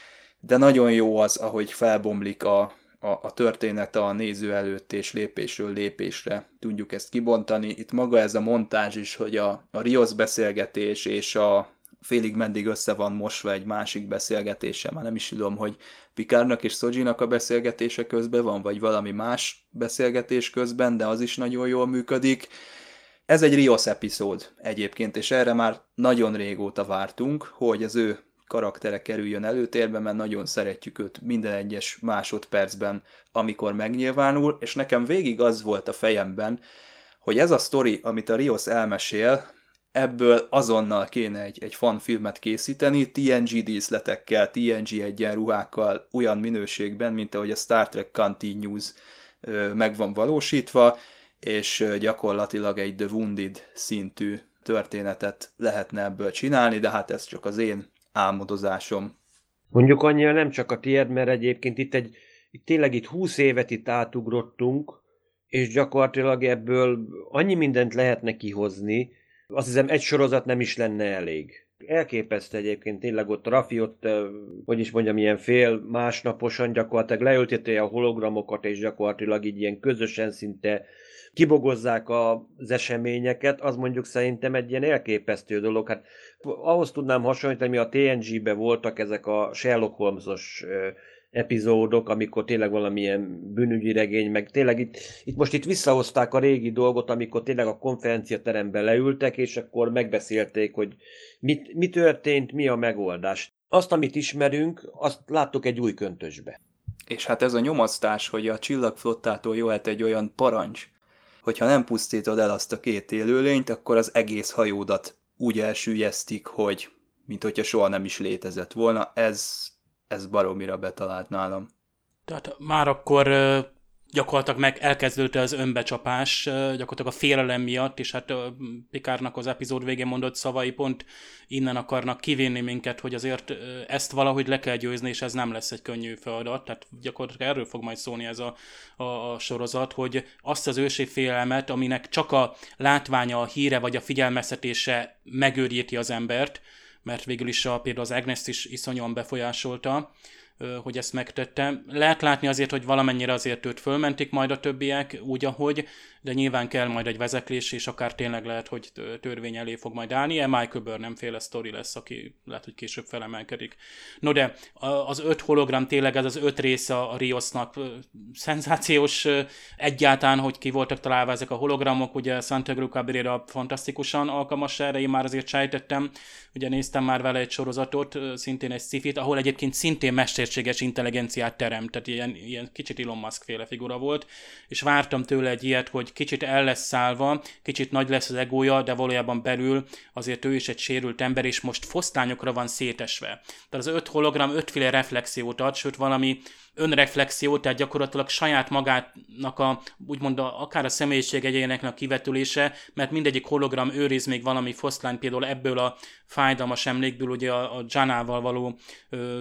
de nagyon jó az, ahogy felbomlik a, a, a történet a néző előtt, és lépésről lépésre tudjuk ezt kibontani. Itt maga ez a montázs is, hogy a, a Rios beszélgetés és a félig meddig össze van mosva egy másik beszélgetése, már nem is tudom, hogy Picardnak és Sojinak a beszélgetése közben van, vagy valami más beszélgetés közben, de az is nagyon jól működik. Ez egy Rios epizód egyébként, és erre már nagyon régóta vártunk, hogy az ő karaktere kerüljön előtérbe, mert nagyon szeretjük őt minden egyes másodpercben, amikor megnyilvánul, és nekem végig az volt a fejemben, hogy ez a sztori, amit a Rios elmesél, ebből azonnal kéne egy, egy fanfilmet készíteni, té en gé díszletekkel, té en gé egyenruhákkal, olyan minőségben, mint ahogy a Star Trek Continues meg van valósítva, és gyakorlatilag egy The Wounded szintű történetet lehetne ebből csinálni, de hát ez csak az én álmodozásom. Mondjuk annyira nem csak a tiéd, mert egyébként itt egy, itt tényleg itt húsz évet itt átugrottunk, és gyakorlatilag ebből annyi mindent lehetne kihozni, azt hiszem egy sorozat nem is lenne elég. Elképesztő egyébként tényleg ott Raffi ott, hogy is mondjam, ilyen fél másnaposan gyakorlatilag leültette a hologramokat, és gyakorlatilag így ilyen közösen szinte kibogozzák az eseményeket, az mondjuk szerintem egy ilyen elképesztő dolog. Hát ahhoz tudnám hasonlítani, mi a té en gé-ben voltak ezek a Sherlock Holmes-os epizódok, amikor tényleg valamilyen bűnügyi regény, meg tényleg itt, itt most itt visszahozták a régi dolgot, amikor tényleg a konferenciateremben leültek, és akkor megbeszélték, hogy mit, mi történt, mi a megoldás. Azt, amit ismerünk, azt láttuk egy új köntösbe. És hát ez a nyomasztás, hogy a csillagflottától jöhet egy olyan parancs, hogyha nem pusztítod el azt a két élőlényt, akkor az egész hajódat úgy elsüllyesztik, hogy mint hogyha soha nem is létezett volna. Ez, ez baromira betalált nálam. Tehát már akkor gyakorlatilag meg elkezdődött az önbecsapás, gyakorlatilag a félelem miatt, és hát Picardnak az epizód végén mondott szavai pont innen akarnak kivinni minket, hogy azért ezt valahogy le kell győzni, és ez nem lesz egy könnyű feladat, tehát gyakorlatilag erről fog majd szólni ez a, a, a sorozat, hogy azt az ősi félelmet, aminek csak a látványa, a híre vagy a figyelmeztetése megőrjíti az embert, mert végül is a, például az Agnes-t is iszonyúan befolyásolta, hogy ezt megtette. Lehet látni azért, hogy valamennyire azért őt fölmentik majd a többiek, úgy ahogy, de nyilván kell majd egy vezeklés, és akár tényleg lehet, hogy törvény elé fog majd állni. E. Michael Burnham féle sztori lesz, aki lehet, hogy később felemelkedik. No de az öt hologram tényleg ez az öt része a Riosnak szenzációs egyáltalán, hogy ki voltak találva ezek a hologramok, ugye Santiago Cabrera fantasztikusan alkalmas erre, én már azért sejtettem, ugye néztem már vele egy sorozatot, szintén egy sci-fit, ahol egyébként szintén mesterséges intelligenciát teremt, tehát ilyen, ilyen kicsit Elon Musk féle figura volt, és vártam tőle egy ilyet, hogy kicsit el lesz szállva, kicsit nagy lesz az egója, de valójában belül azért ő is egy sérült ember, és most fosztányokra van szétesve. Tehát az öt hologram ötféle reflexiót ad, sőt valami önreflexió, tehát gyakorlatilag saját magának a, úgymond a, akár a személyiség egyének a kivetülése, mert mindegyik hologram őriz még valami foszlány, például ebből a fájdalmas emlékből, ugye a, a Janával való ö,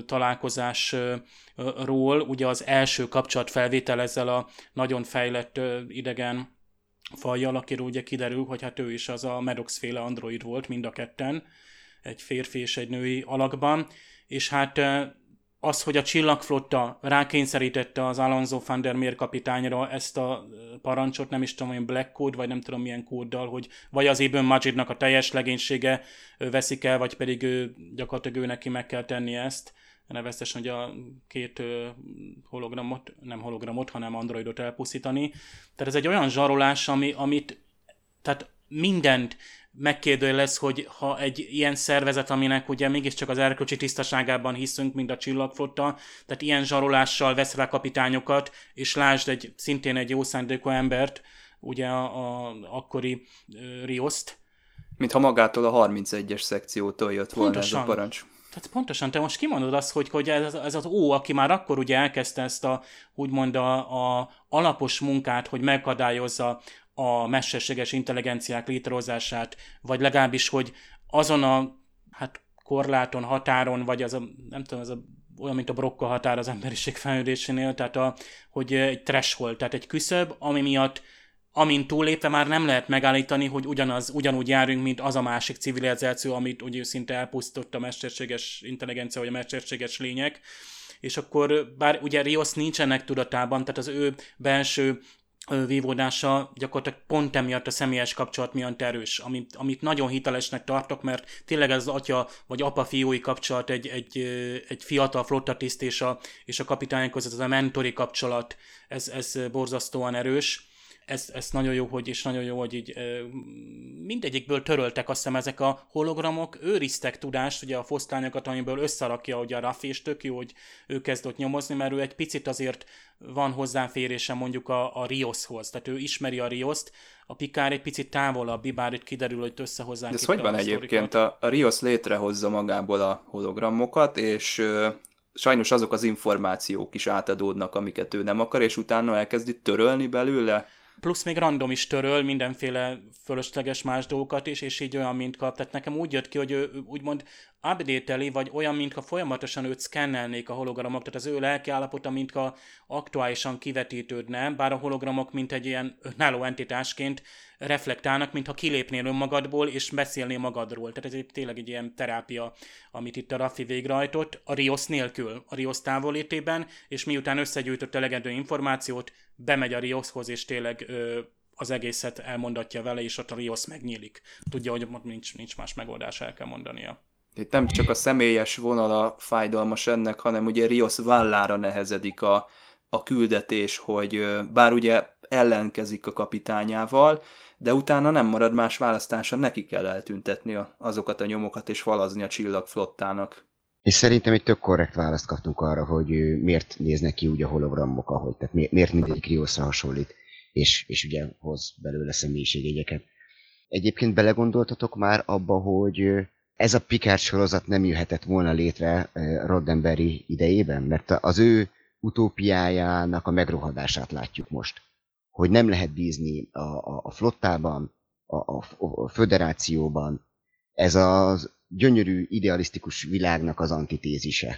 találkozásról, ugye az első kapcsolatfelvétel ezzel a nagyon fejlett ö, idegen fajjal, akiről ugye kiderül, hogy hát ő is az a Maddox-féle android volt, mind a ketten, egy férfi és egy női alakban, és hát az, hogy a csillagflotta rákényszerítette az Alonso van der Meer kapitányra ezt a parancsot, nem is tudom, olyan Black Code, vagy nem tudom milyen kóddal, hogy vagy az Ibn Majidnak a teljes legénysége veszik el, vagy pedig ő, gyakorlatilag ő neki meg kell tenni ezt, nevezetesen, hogy a két hologramot, nem hologramot, hanem androidot elpusztítani. Tehát ez egy olyan zsarolás, ami, amit, tehát mindent megkérdőjelez, hogy ha egy ilyen szervezet, aminek ugye mégiscsak az erkölcsi tisztaságában hiszünk, mint a csillagflotta, tehát ilyen zsarolással vesz rá kapitányokat, és lásd egy, szintén egy jó szándékú embert, ugye a, a akkori uh, Rioszt. Mintha magától a harmincegyes szekciótól jött volna pontosan. Ez a parancs. Tehát pontosan, te most kimondod azt, hogy, hogy ez, ez az ó, aki már akkor ugye elkezdte ezt a, úgymond a, a alapos munkát, hogy megakadályozza a mesterséges intelligenciák létrehozását, vagy legalábbis, hogy azon a hát, korláton, határon, vagy az a, nem tudom, az a, olyan, mint a Brocca határ az emberiség fejlődésénél, tehát a, hogy egy threshold, tehát egy küszöb, ami miatt amint túllépve már nem lehet megállítani, hogy ugyanaz, ugyanúgy járunk, mint az a másik civilizáció, amit ugye szinte elpusztított a mesterséges intelligencia, vagy a mesterséges lények. És akkor, bár ugye Rios nincsenek tudatában, tehát az ő belső vívódása gyakorlatilag pont emiatt a személyes kapcsolat miatt erős, amit, amit nagyon hitelesnek tartok, mert tényleg ez az atya vagy apa-fiúi kapcsolat, egy, egy, egy fiatal flottatiszt és a, és a kapitány között, ez a mentori kapcsolat, ez, ez borzasztóan erős. ez, ez nagyon jó, hogy, és nagyon jó, hogy így mindegyikből töröltek, azt hiszem ezek a hologramok, őriztek tudást, ugye a foszlányokat, amiből összerakja ugye a Raffi, és tök jó, hogy ő kezd ott nyomozni, mert ő egy picit azért van hozzáférése mondjuk a, a Rioshoz, tehát ő ismeri a Rioszt, a Picard egy picit távolabbi, bár itt kiderül, hogy összehozzák. De ez hogy van egyébként? A, a Rios létrehozza magából a hologramokat, és ö, sajnos azok az információk is átadódnak, amiket ő nem akar, és utána elkezdi törölni belőle. Plusz még random is töröl mindenféle fölösleges más dolgokat is, és így olyan, mint kap. Tehát nekem úgy jött ki, hogy ő úgymond update-eli, vagy olyan, mintha folyamatosan őt szkennelnék a hologramok, tehát az ő lelkiállapota, mintha aktuálisan kivetítődne, bár a hologramok mint egy ilyen önálló entitásként reflektálnak, mintha kilépnél önmagadból, és beszélnél magadról. Tehát ez egy, tényleg egy ilyen terápia, amit itt a Raffi végrehajtott, a Rios nélkül, a Rios távollétében, és miután összegyűjtött elegendő információt, bemegy a Rioshoz, és tényleg ö, az egészet elmondatja vele, és ott a Rios megnyílik. Tudja, hogy ott nincs, nincs más megoldás, el kell mondania. Itt nem csak a személyes vonala fájdalmas ennek, hanem ugye Rios vállára nehezedik a, a küldetés, hogy bár ugye ellenkezik a kapitányával, de utána nem marad más választása, neki kell eltüntetni azokat a nyomokat és falazni a csillagflottának. És szerintem egy tök korrekt választ kaptunk arra, hogy miért néznek ki úgy a hologramok, ahogy, tehát miért mindegyik Riosra hasonlít, és, és ugye hoz belőle személyiségjegyeket. Egyébként belegondoltatok már abba, hogy ez a Picard sorozat nem jöhetett volna létre Roddenberry idejében, mert az ő utópiájának a megrohadását látjuk most. Hogy nem lehet bízni a, a, a flottában, a, a, a föderációban. Ez az gyönyörű, idealisztikus világnak az antitézise.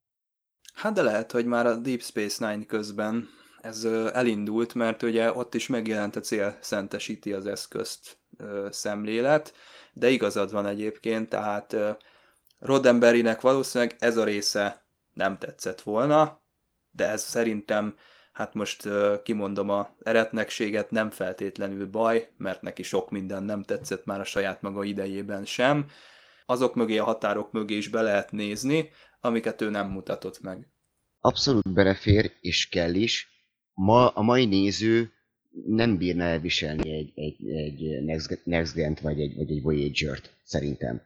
Hát de lehet, hogy már a Deep Space Nine közben ez elindult, mert ugye ott is megjelent a cél szentesíti az eszközt szemlélet, de igazad van egyébként, tehát Roddenberrynek valószínűleg ez a része nem tetszett volna, de ez szerintem, hát most kimondom a eretnekséget, nem feltétlenül baj, mert neki sok minden nem tetszett már a saját maga idejében sem. Azok mögé, a határok mögé is be lehet nézni, amiket ő nem mutatott meg. Abszolút belefér, és kell is. Ma a mai néző nem bírna elviselni egy, egy, egy Next Gen-t vagy egy, vagy egy Voyager-t, szerintem.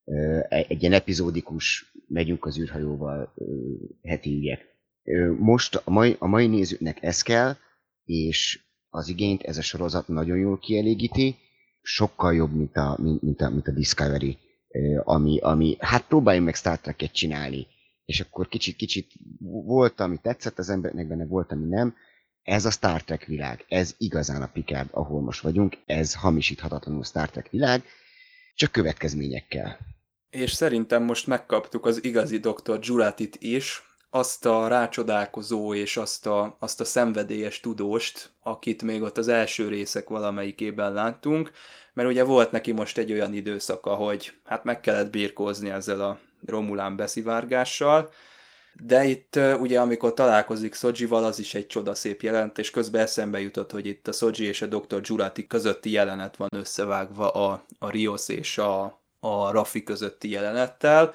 Egy ilyen epizódikus, megyünk az űrhajóval heti ügyek. Most a mai, a mai nézőknek ez kell, és az igényt ez a sorozat nagyon jól kielégíti, sokkal jobb, mint a, mint a, mint a Discovery, ami, ami, hát próbáljunk meg Star Trek-et csinálni, és akkor kicsit-kicsit volt, ami tetszett az embereknek benne, volt, ami nem. Ez a Star Trek világ, ez igazán a Picard, ahol most vagyunk, ez hamisíthatatlanul Star Trek világ, csak következményekkel. És szerintem most megkaptuk az igazi doktor Juratit is, azt a rácsodálkozó és azt a, azt a szenvedélyes tudóst, akit még ott az első részek valamelyikében láttunk, mert ugye volt neki most egy olyan időszaka, hogy hát meg kellett birkózni ezzel a Romulán beszivárgással, de itt ugye amikor találkozik Sojival, az is egy csodaszép jelenet, és közben eszembe jutott, hogy itt a Soji és a doktor Jurati közötti jelenet van összevágva a, a Rios és a, a Raffi közötti jelenettel,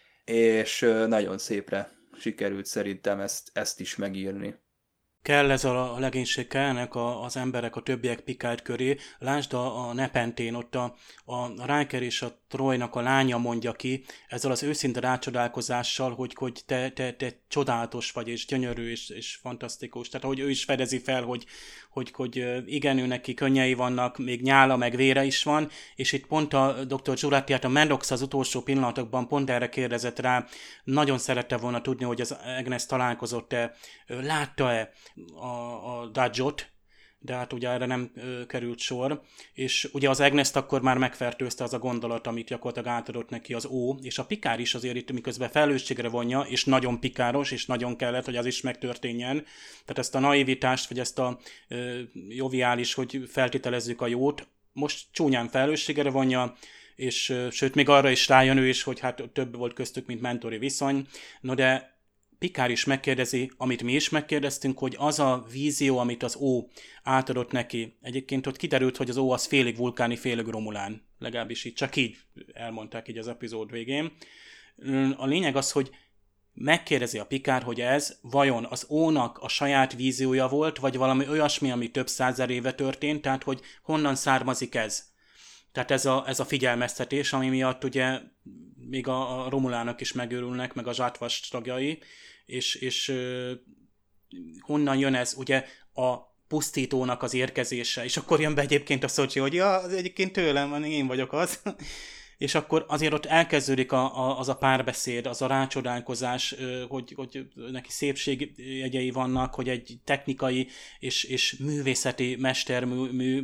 és nagyon szépre sikerült szerintem ezt, ezt is megírni. Kell ez a legénység, kellnek a, az emberek, a többiek Picard köré. Lásd a, a Nepentén, ott a, a Riker és a Troynak a lánya mondja ki, ezzel az őszinte rácsodálkozással, hogy, hogy te, te, te csodálatos vagy, és gyönyörű, és, és fantasztikus. Tehát, ahogy ő is fedezi fel, hogy, hogy, hogy igen, ő neki könnyei vannak, még nyála, meg vére is van, és itt pont a doktor Jurati, hát a Maddox az utolsó pillanatokban pont erre kérdezett rá, nagyon szerette volna tudni, hogy az Agnes találkozott-e, látta-e a, a Dodge-ot, de hát ugye erre nem ö, került sor, és ugye az Agnes-t akkor már megfertőzte az a gondolat, amit gyakorlatilag átadott neki az ó, és a Picard is azért itt, miközben felelősségre vonja, és nagyon pikáros, és nagyon kellett, hogy az is megtörténjen. Tehát ezt a naivitást, vagy ezt a ö, joviális, hogy feltételezzük a jót, most csúnyán felelősségre vonja, és ö, sőt, még arra is rájön ő is, hogy hát több volt köztük, mint mentori viszony, no de Picard is megkérdezi, amit mi is megkérdeztünk, hogy az a vízió, amit az ó átadott neki, egyébként ott kiderült, hogy az ó az félig vulkáni, félig romulán, legalábbis így, csak így elmondták így az epizód végén. A lényeg az, hogy megkérdezi a Picard, hogy ez vajon az Ónak a saját víziója volt, vagy valami olyasmi, ami több százer éve történt, tehát hogy honnan származik ez. Tehát ez a, ez a figyelmeztetés, ami miatt ugye még a, a Romulánok is megőrülnek, meg a Zsátvas tagjai, és, és uh, honnan jön ez, ugye a pusztítónak az érkezése, és akkor jön be egyébként a Szocsi, hogy ja, az egyébként tőlem van, én vagyok az. És akkor azért ott elkezdődik a, a, az a párbeszéd, az a rácsodálkozás, hogy, hogy neki szépségjegyei vannak, hogy egy technikai és, és művészeti mestermű, mű,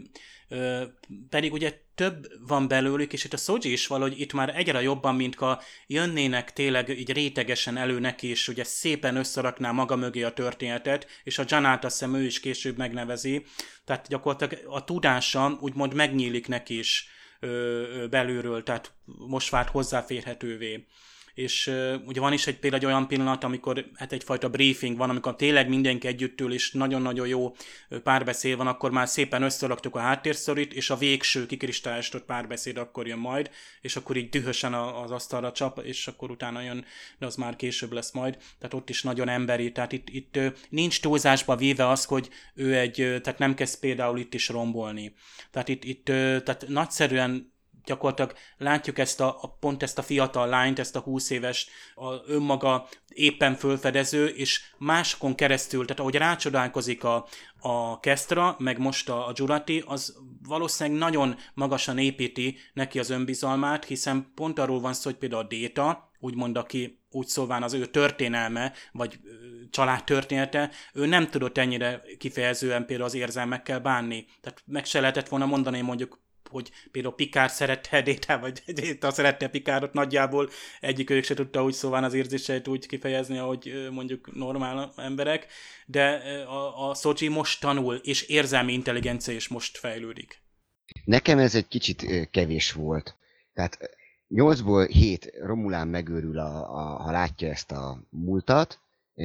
pedig ugye több van belőlük, és itt a Soji is valahogy itt már egyre jobban, mint ha jönnének tényleg így rétegesen elő neki, és ugye szépen összerakná maga mögé a történetet, és a Janát azt hiszem ő is később megnevezi, tehát gyakorlatilag a tudása úgymond megnyílik neki is belülről, tehát most vált hozzáférhetővé. És uh, ugye van is egy például egy olyan pillanat, amikor hát egyfajta briefing van, amikor tényleg mindenki együtt ül, és nagyon-nagyon jó párbeszéd van, akkor már szépen összeraktuk a háttérszorít, és a végső kikristályosított párbeszéd akkor jön majd, és akkor így dühösen az asztalra csap, és akkor utána jön, de az már később lesz majd. Tehát ott is nagyon emberi, tehát itt, itt nincs túlzásba véve az, hogy ő egy, tehát nem kezd például itt is rombolni. Tehát itt, itt tehát nagyszerűen gyakorlatilag látjuk ezt a, a, pont ezt a fiatal lányt, ezt a húsz éves, a önmaga éppen fölfedező, és másokon keresztül, tehát ahogy rácsodálkozik a, a Kestra, meg most a, a Jurati, az valószínűleg nagyon magasan építi neki az önbizalmát, hiszen pont arról van szó, hogy például a Data, úgymond aki úgy szóván az ő történelme, vagy családtörténete, ő nem tudott ennyire kifejezően például az érzelmekkel bánni. Tehát meg se lehetett volna mondani mondjuk, hogy például Picard szerette Data, vagy Data szerette Picardot, nagyjából egyik ők se tudta úgy szóván az érzéseit úgy kifejezni, ahogy mondjuk normál emberek, de a, a Soji most tanul, és érzelmi intelligencia is most fejlődik. Nekem ez egy kicsit kevés volt. Tehát nyolcból hét Romulán megőrül, a, a, ha látja ezt a múltat,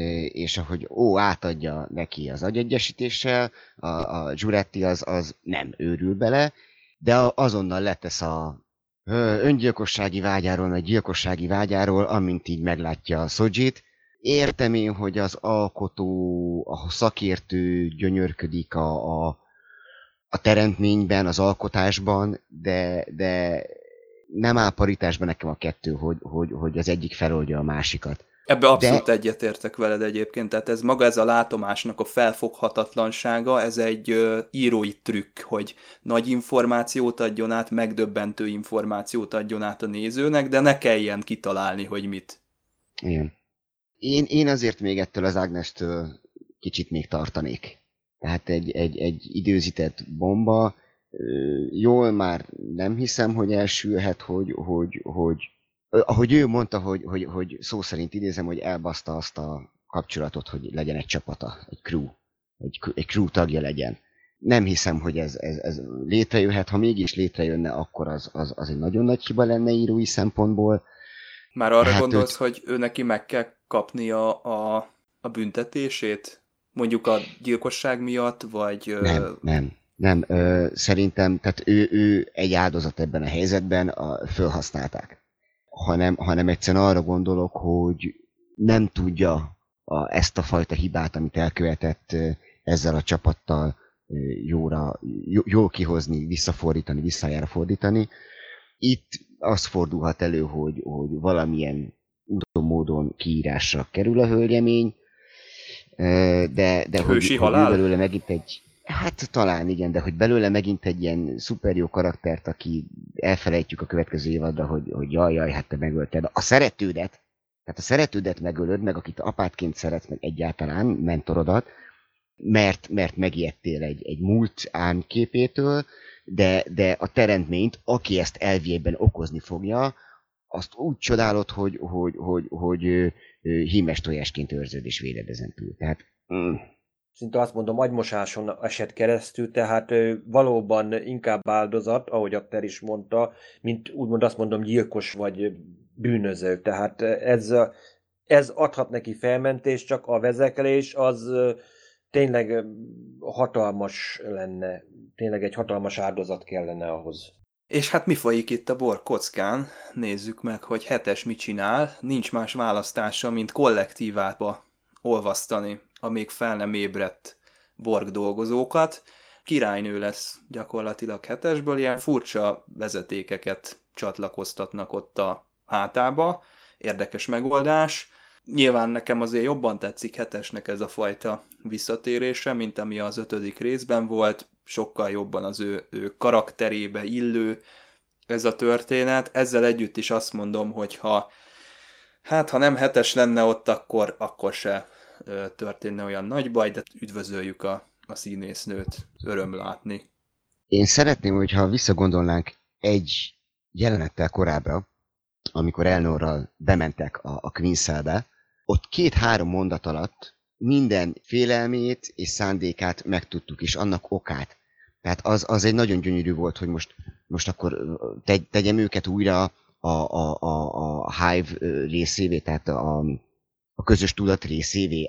és ahogy ó, átadja neki az agyegyesítéssel, a, a Jurati az, az nem őrül bele, de azonnal letesz a öngyilkossági vágyáról, meg gyilkossági vágyáról, amint így meglátja a Sojit. Értem én, hogy az alkotó, a szakértő gyönyörködik a, a, a teremtményben, az alkotásban, de, de nem áll paritásban nekem a kettő, hogy, hogy, hogy az egyik feloldja a másikat. Ebbe abszolút De... egyetértek veled egyébként, tehát ez maga ez a látomásnak a felfoghatatlansága, ez egy uh, írói trükk, hogy nagy információt adjon át, megdöbbentő információt adjon át a nézőnek, de ne kelljen kitalálni, hogy mit. Igen. Én, én azért még ettől az Agnestől kicsit még tartanék. Tehát egy, egy, egy időzített bomba, jól már nem hiszem, hogy elsülhet, hogy, hogy, hogy ahogy ő mondta, hogy, hogy, hogy szó szerint idézem, hogy elbaszta azt a kapcsolatot, hogy legyen egy csapata, egy crew, egy, egy crew tagja legyen. Nem hiszem, hogy ez, ez, ez létrejöhet. Ha mégis létrejönne, akkor az, az, az egy nagyon nagy hiba lenne írói szempontból. Már arra hát gondolsz, őt... hogy ő neki meg kell kapnia a, a büntetését? Mondjuk a gyilkosság miatt, vagy... Nem, nem. Nem, ö, szerintem, tehát ő, ő egy áldozat ebben a helyzetben, a, fölhasználták. Hanem, hanem egyszerűen arra gondolok, hogy nem tudja a, ezt a fajta hibát, amit elkövetett ezzel a csapattal jóra, jó, jól kihozni, visszafordítani, visszájára fordítani. Itt az fordulhat elő, hogy, hogy valamilyen úton módon kiírásra kerül a hölgyemény, de, de hogy, hogy belőle megint egy... Hát talán igen, de hogy belőle megint egy ilyen szuper jó karaktert, aki elfelejtjük a következő évadra, hogy, hogy jaj, jaj, hát te megölted a szeretődet, tehát a szeretődet megölöd, meg akit apátként szeretsz, meg egyáltalán mentorodat, mert, mert megijedtél egy, egy múlt álmképétől, de, de a teremtményt, aki ezt elvében okozni fogja, azt úgy csodálod, hogy, hogy, hogy, hogy, hogy hímes tojásként őrzöd és véded ezen túl. Tehát... Mm. Szinte azt mondom, agymosáson esett keresztül, tehát valóban inkább áldozat, ahogy Atter is mondta, mint úgymond azt mondom gyilkos vagy bűnöző. Tehát ez, ez adhat neki felmentést, csak a vezekelés az tényleg hatalmas lenne, tényleg egy hatalmas áldozat kellene ahhoz. És hát mi folyik itt a Borg kockán? Nézzük meg, hogy hetes mit csinál. Nincs más választása, mint kollektívába olvasztani a még fel nem ébredt Borg dolgozókat. Királynő lesz gyakorlatilag hetesből, ilyen furcsa vezetékeket csatlakoztatnak ott a hátába. Érdekes megoldás. Nyilván nekem azért jobban tetszik hetesnek ez a fajta visszatérése, mint ami az ötödik részben volt. Sokkal jobban az ő, ő karakterébe illő ez a történet. Ezzel együtt is azt mondom, hogy ha, hát, ha nem hetes lenne ott, akkor, akkor se ö, történne olyan nagy baj, de üdvözöljük a, a színésznőt, öröm látni. Én szeretném, hogyha visszagondolnánk egy jelenettel korábbra, amikor Elnorral bementek a, a Queencellbe, ott két-három mondat alatt minden félelmét és szándékát megtudtuk, és annak okát. Tehát az, az egy nagyon gyönyörű volt, hogy most, most akkor tegy, tegyem őket újra a, a, a, a Hive részévé, tehát a, a közös tudat részévé,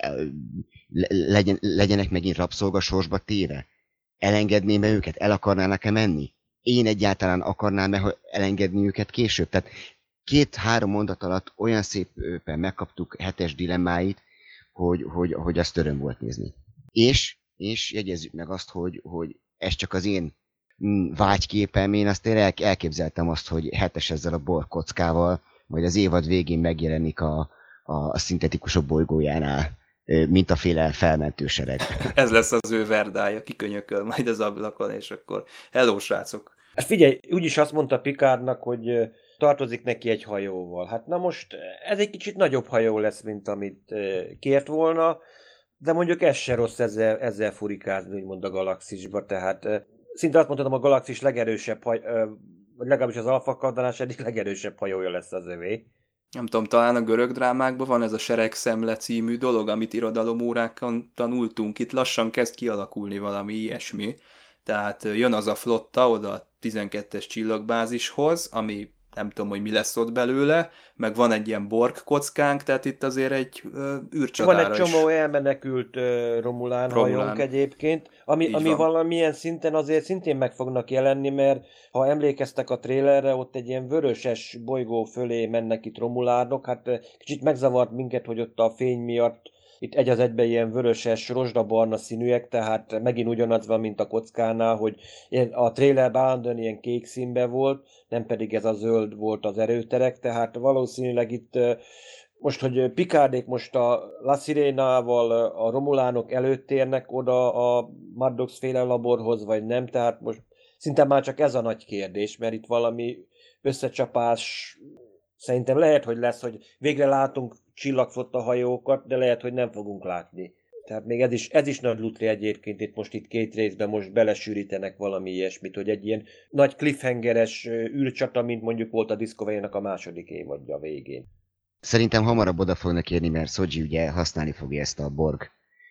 legyen, legyenek megint rabszolgasorsba téve. Elengedném-e őket? El akarnának-e menni? Én egyáltalán akarnám-e elengedni őket később? Tehát két-három mondat alatt olyan szépen megkaptuk hetes dilemmáit, hogy, hogy, hogy azt öröm volt nézni. És, és jegyezzük meg azt, hogy, hogy ez csak az én vágyképem, én azt én elképzeltem azt, hogy hetes ezzel a Borg kockával, majd az évad végén megjelenik a, a szintetikusok bolygójánál, mint a féle felmentő sereg. Ez lesz az ő verdája, kikönyököl majd az ablakon, és akkor hello, srácok! Hát figyelj, úgyis azt mondta Picardnak, hogy tartozik neki egy hajóval. Hát na most ez egy kicsit nagyobb hajó lesz, mint amit kért volna, de mondjuk ez se rossz ezzel, ezzel furikázni, úgymond a galaxisba, tehát szinte azt mondhatom, a galaxis legerősebb haj, vagy legalábbis az Alpha Kaddanás egyik legerősebb hajója lesz az övé. Nem tudom, talán a görög drámákban van ez a Seregszemle című dolog, amit irodalomórákon tanultunk, itt lassan kezd kialakulni valami ilyesmi. Tehát jön az a flotta oda a tizenkettes csillagbázishoz, ami nem tudom, hogy mi lesz ott belőle, meg van egy ilyen Borg kockánk, tehát itt azért egy uh, űrcsatára Van egy csomó is elmenekült uh, Romulán, Romulán hajónk egyébként, ami, ami valamilyen szinten azért szintén meg fognak jelenni, mert ha emlékeztek a trélerre, ott egy ilyen vöröses bolygó fölé mennek itt Romulánok, hát uh, kicsit megzavart minket, hogy ott a fény miatt itt egy az egyben ilyen vöröses, rozsdabarna színűek, tehát megint ugyanaz van, mint a kockánál, hogy a trailerben állandóan ilyen kék színben volt, nem pedig ez a zöld volt az erőterek, tehát valószínűleg itt most, hogy Picardék most a La Sirenával a Romulánok előtt érnek oda a Maddox féle laborhoz, vagy nem, tehát most szinte már csak ez a nagy kérdés, mert itt valami összecsapás szerintem lehet, hogy lesz, hogy végre látunk csillagflotta hajókat, de lehet, hogy nem fogunk látni. Tehát még ez is, ez is nagy lutri egyébként, itt most itt két részben most belesűrítenek valami ilyesmit, hogy egy ilyen nagy cliffhangeres űrcsata, mint mondjuk volt a Discovery-nak a második évadja végén. Szerintem hamarabb oda fognak érni, mert Soji ugye használni fogja ezt a Borg,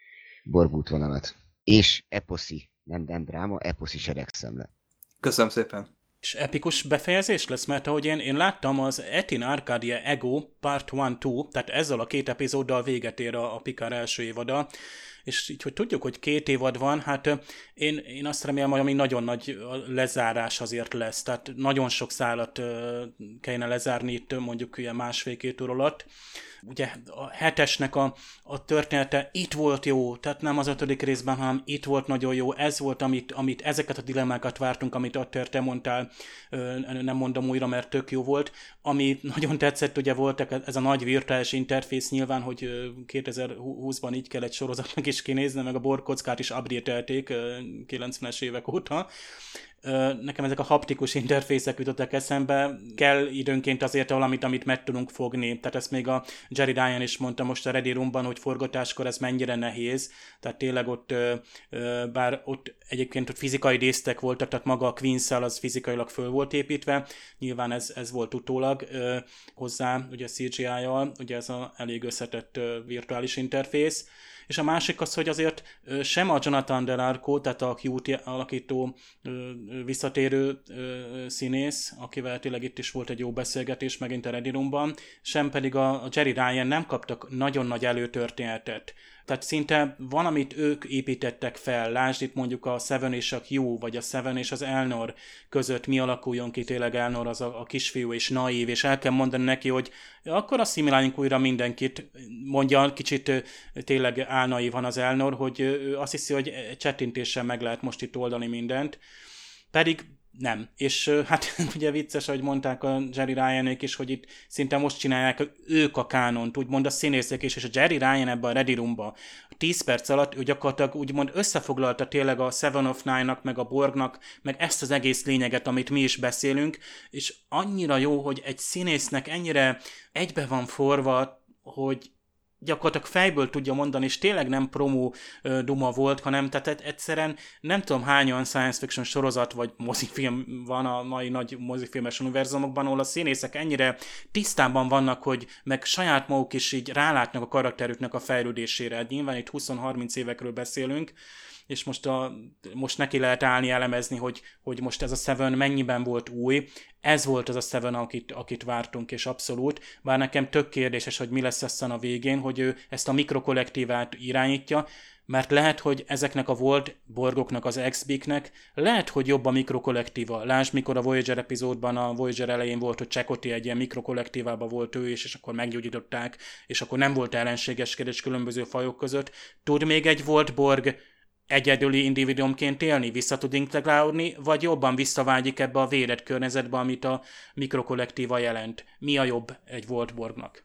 Borg útvonalat. És eposzi, nem, nem dráma, eposzi seregszemle. Köszönöm szépen! És epikus befejezés lesz, mert ahogy én, én láttam, az Etin Arcadia Ego Part egy kettő, tehát ezzel a két epizóddal véget ér a, a Picard első évada, és így, hogy tudjuk, hogy két évad van, hát én, én azt remélem, hogy ami nagyon nagy lezárás azért lesz, tehát nagyon sok szálat kellene lezárni itt mondjuk ilyen másfél-két óra alatt. Ugye a hetesnek a, a története itt volt jó, tehát nem az ötödik részben, hanem itt volt nagyon jó, ez volt, amit, amit ezeket a dilemmákat vártunk, amit ott te mondtál, nem mondom újra, mert tök jó volt. Ami nagyon tetszett, ugye volt ez a nagy virtuális interfész, nyilván, hogy kétezer-húszban így kell egy sorozatnak is kinézni, meg a Borg kockát is update-elték kilencvenes évek óta. Nekem ezek a haptikus interfészek jutottak eszembe, kell időnként azért valamit, amit meg tudunk fogni. Tehát ezt még a Jerry Ryan is mondta most a Ready Roomban, hogy forgatáskor ez mennyire nehéz. Tehát tényleg ott, bár ott egyébként ott fizikai dísztek voltak, tehát maga a Queencell az fizikailag föl volt építve, nyilván ez, ez volt utólag hozzá, ugye cé gé í-jal, ugye ez a elég összetett virtuális interfész. És a másik az, hogy azért sem a Jonathan Del Arco, tehát a Q-t alakító visszatérő színész, akivel tényleg itt is volt egy jó beszélgetés megint a Ready Roomban, sem pedig a Jerry Ryan nem kaptak nagyon nagy előtörténetet. Tehát szinte van, amit ők építettek fel. Lásd itt mondjuk a Seven és a Q, vagy a Seven és az Elnor között mi alakuljon ki, tényleg Elnor az a, a kisfiú és naív, és el kell mondani neki, hogy akkor asszimiláljunk újra mindenkit, mondja kicsit tényleg álnaívan az Elnor, hogy azt hiszi, hogy csettintéssel meg lehet most itt oldani mindent. Pedig nem. És hát ugye vicces, ahogy mondták a Jerry Ryanék is, hogy itt szinte most csinálják ők a kánont, úgymond a színészek is, és a Jerry Ryan ebben a Ready Roomba tíz perc alatt ő gyakorlatilag úgymond összefoglalta tényleg a Seven of Nine-nak, meg a Borgnak, meg ezt az egész lényeget, amit mi is beszélünk, és annyira jó, hogy egy színésznek ennyire egybe van forva, hogy gyakorlatilag fejből tudja mondani, és tényleg nem promó uh, duma volt, hanem tehát egyszerűen nem tudom hány olyan science fiction sorozat vagy mozifilm van a mai nagy mozifilmes univerzumokban, ahol a színészek ennyire tisztában vannak, hogy meg saját maguk is így rálátnak a karakterüknek a fejlődésére. Nyilván itt húsz-harminc évekről beszélünk, és most, a, most neki lehet állni, elemezni, hogy, hogy most ez a Seven mennyiben volt új. Ez volt az a Seven, akit, akit vártunk, és abszolút. Bár nekem tök kérdéses, hogy mi lesz aztán a végén, hogy ő ezt a mikrokollektívát irányítja, mert lehet, hogy ezeknek a volt Borgoknak, az X B K-nek lehet, hogy jobb a mikrokollektíva. Lásd, mikor a Voyager epizódban, a Voyager elején volt, hogy Chakotay egy ilyen mikrokollektívában volt ő is, és akkor meggyógyították, és akkor nem volt ellenségeskedés különböző fajok között. Tud még egy volt Borg egyedüli individuumként élni, vissza tud integrálódni, vagy jobban visszavágyik ebbe a védett környezetbe, amit a mikrokollektíva jelent? Mi a jobb egy volt Borgnak?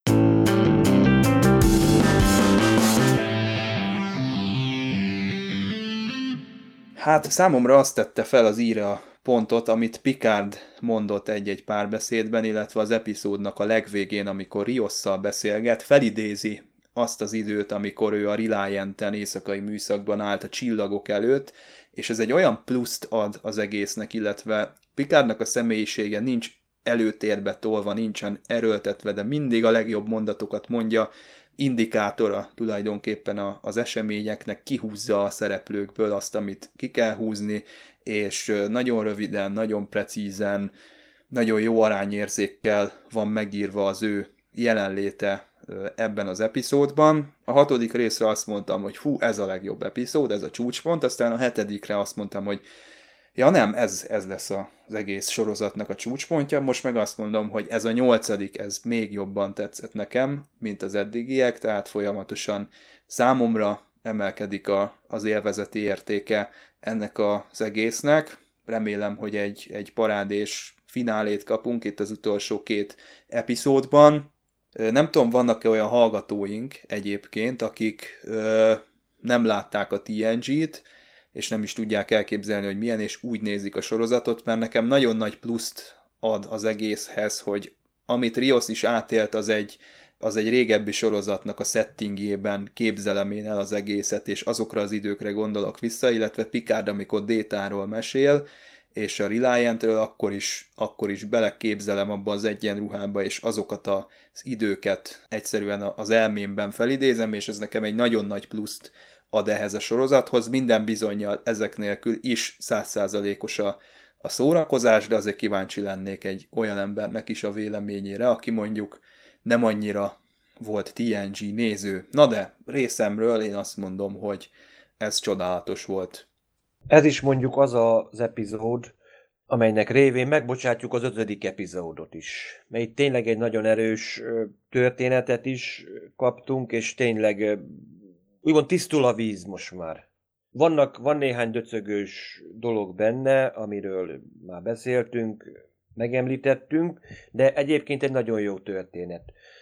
Hát számomra azt tette fel az íre a pontot, amit Picard mondott egy-egy párbeszédben, illetve az epizódnak a legvégén, amikor Riosszal beszélget, felidézi azt az időt, amikor ő a Relianten éjszakai műszakban állt a csillagok előtt, és ez egy olyan pluszt ad az egésznek, illetve Picardnak a személyisége nincs előtérbe tolva, nincsen erőltetve, de mindig a legjobb mondatokat mondja, indikátora tulajdonképpen az eseményeknek, kihúzza a szereplőkből azt, amit ki kell húzni, és nagyon röviden, nagyon precízen, nagyon jó arányérzékkel van megírva az ő jelenléte ebben az epizódban. A hatodik részre azt mondtam, hogy fú, ez a legjobb epizód, ez a csúcspont, aztán a hetedikre azt mondtam, hogy ja nem, ez, ez lesz az egész sorozatnak a csúcspontja, most meg azt mondom, hogy ez a nyolcadik, ez még jobban tetszett nekem, mint az eddigiek, tehát folyamatosan számomra emelkedik a, az élvezeti értéke ennek az egésznek. Remélem, hogy egy, egy parádés finálét kapunk itt az utolsó két epizódban. Nem tudom, vannak-e olyan hallgatóink egyébként, akik ö, nem látták a té en gét, és nem is tudják elképzelni, hogy milyen, és úgy nézik a sorozatot, mert nekem nagyon nagy pluszt ad az egészhez, hogy amit Rios is átélt, az egy, az egy régebbi sorozatnak a settingjében képzelem én el az egészet, és azokra az időkre gondolok vissza, illetve Picard, amikor Détáról mesél, és a Reliantről, akkor is, akkor is beleképzelem abba az egyenruhába, és azokat az időket egyszerűen az elmémben felidézem, és ez nekem egy nagyon nagy pluszt ad ehhez a sorozathoz. Minden bizonnyal ezek nélkül is száz százalékos a, a szórakozás, de azért kíváncsi lennék egy olyan embernek is a véleményére, aki mondjuk nem annyira volt té en gé néző. Na de részemről én azt mondom, hogy ez csodálatos volt. Ez is mondjuk az az epizód, amelynek révén megbocsátjuk az ötödik epizódot is. Mert itt tényleg egy nagyon erős történetet is kaptunk, és tényleg úgymond tisztul a víz most már. Vannak, van néhány döcögős dolog benne, amiről már beszéltünk, megemlítettünk, de egyébként egy nagyon jó történet.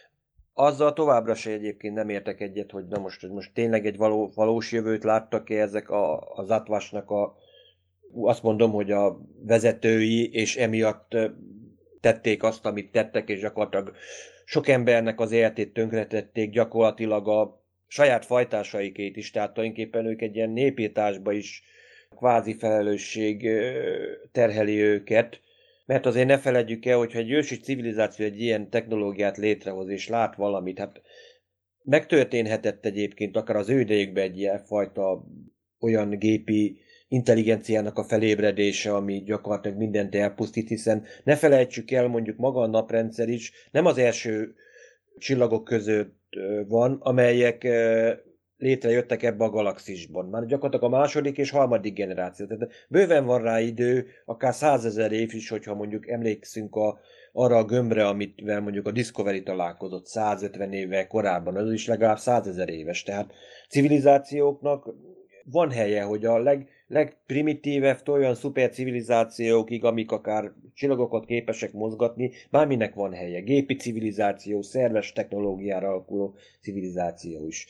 Azzal továbbra se egyébként nem értek egyet, hogy na most, most tényleg egy való, valós jövőt láttak-e ezek a, az Atvasnak a, azt mondom, hogy a vezetői, és emiatt tették azt, amit tettek, és gyakorlatilag sok embernek az életét tönkretették, gyakorlatilag a saját fajtásaikét is, tehát tulajdonképpen ők egy ilyen népírtásba is kvázi felelősség terheli őket, mert azért ne feledjük el, hogyha egy ősi civilizáció egy ilyen technológiát létrehoz és lát valamit, hát megtörténhetett egyébként akár az ő idejükben egy ilyen fajta olyan gépi intelligenciának a felébredése, ami gyakorlatilag mindent elpusztít, hiszen ne felejtsük el, mondjuk maga a naprendszer is nem az első csillagok között van, amelyek létrejöttek ebbe a galaxisban. Már gyakorlatilag a második és harmadik generáció. Tehát bőven van rá idő, akár százezer év is, hogyha mondjuk emlékszünk a, arra a gömbre, amivel mondjuk a Discovery találkozott százötven évvel korábban, az is legalább százezer éves. Tehát civilizációknak van helye, hogy a leg, legprimitívebb olyan szupercivilizációkig, amik akár csillagokat képesek mozgatni, bárminek van helye. Gépi civilizáció, szerves technológiára alakuló civilizáció is.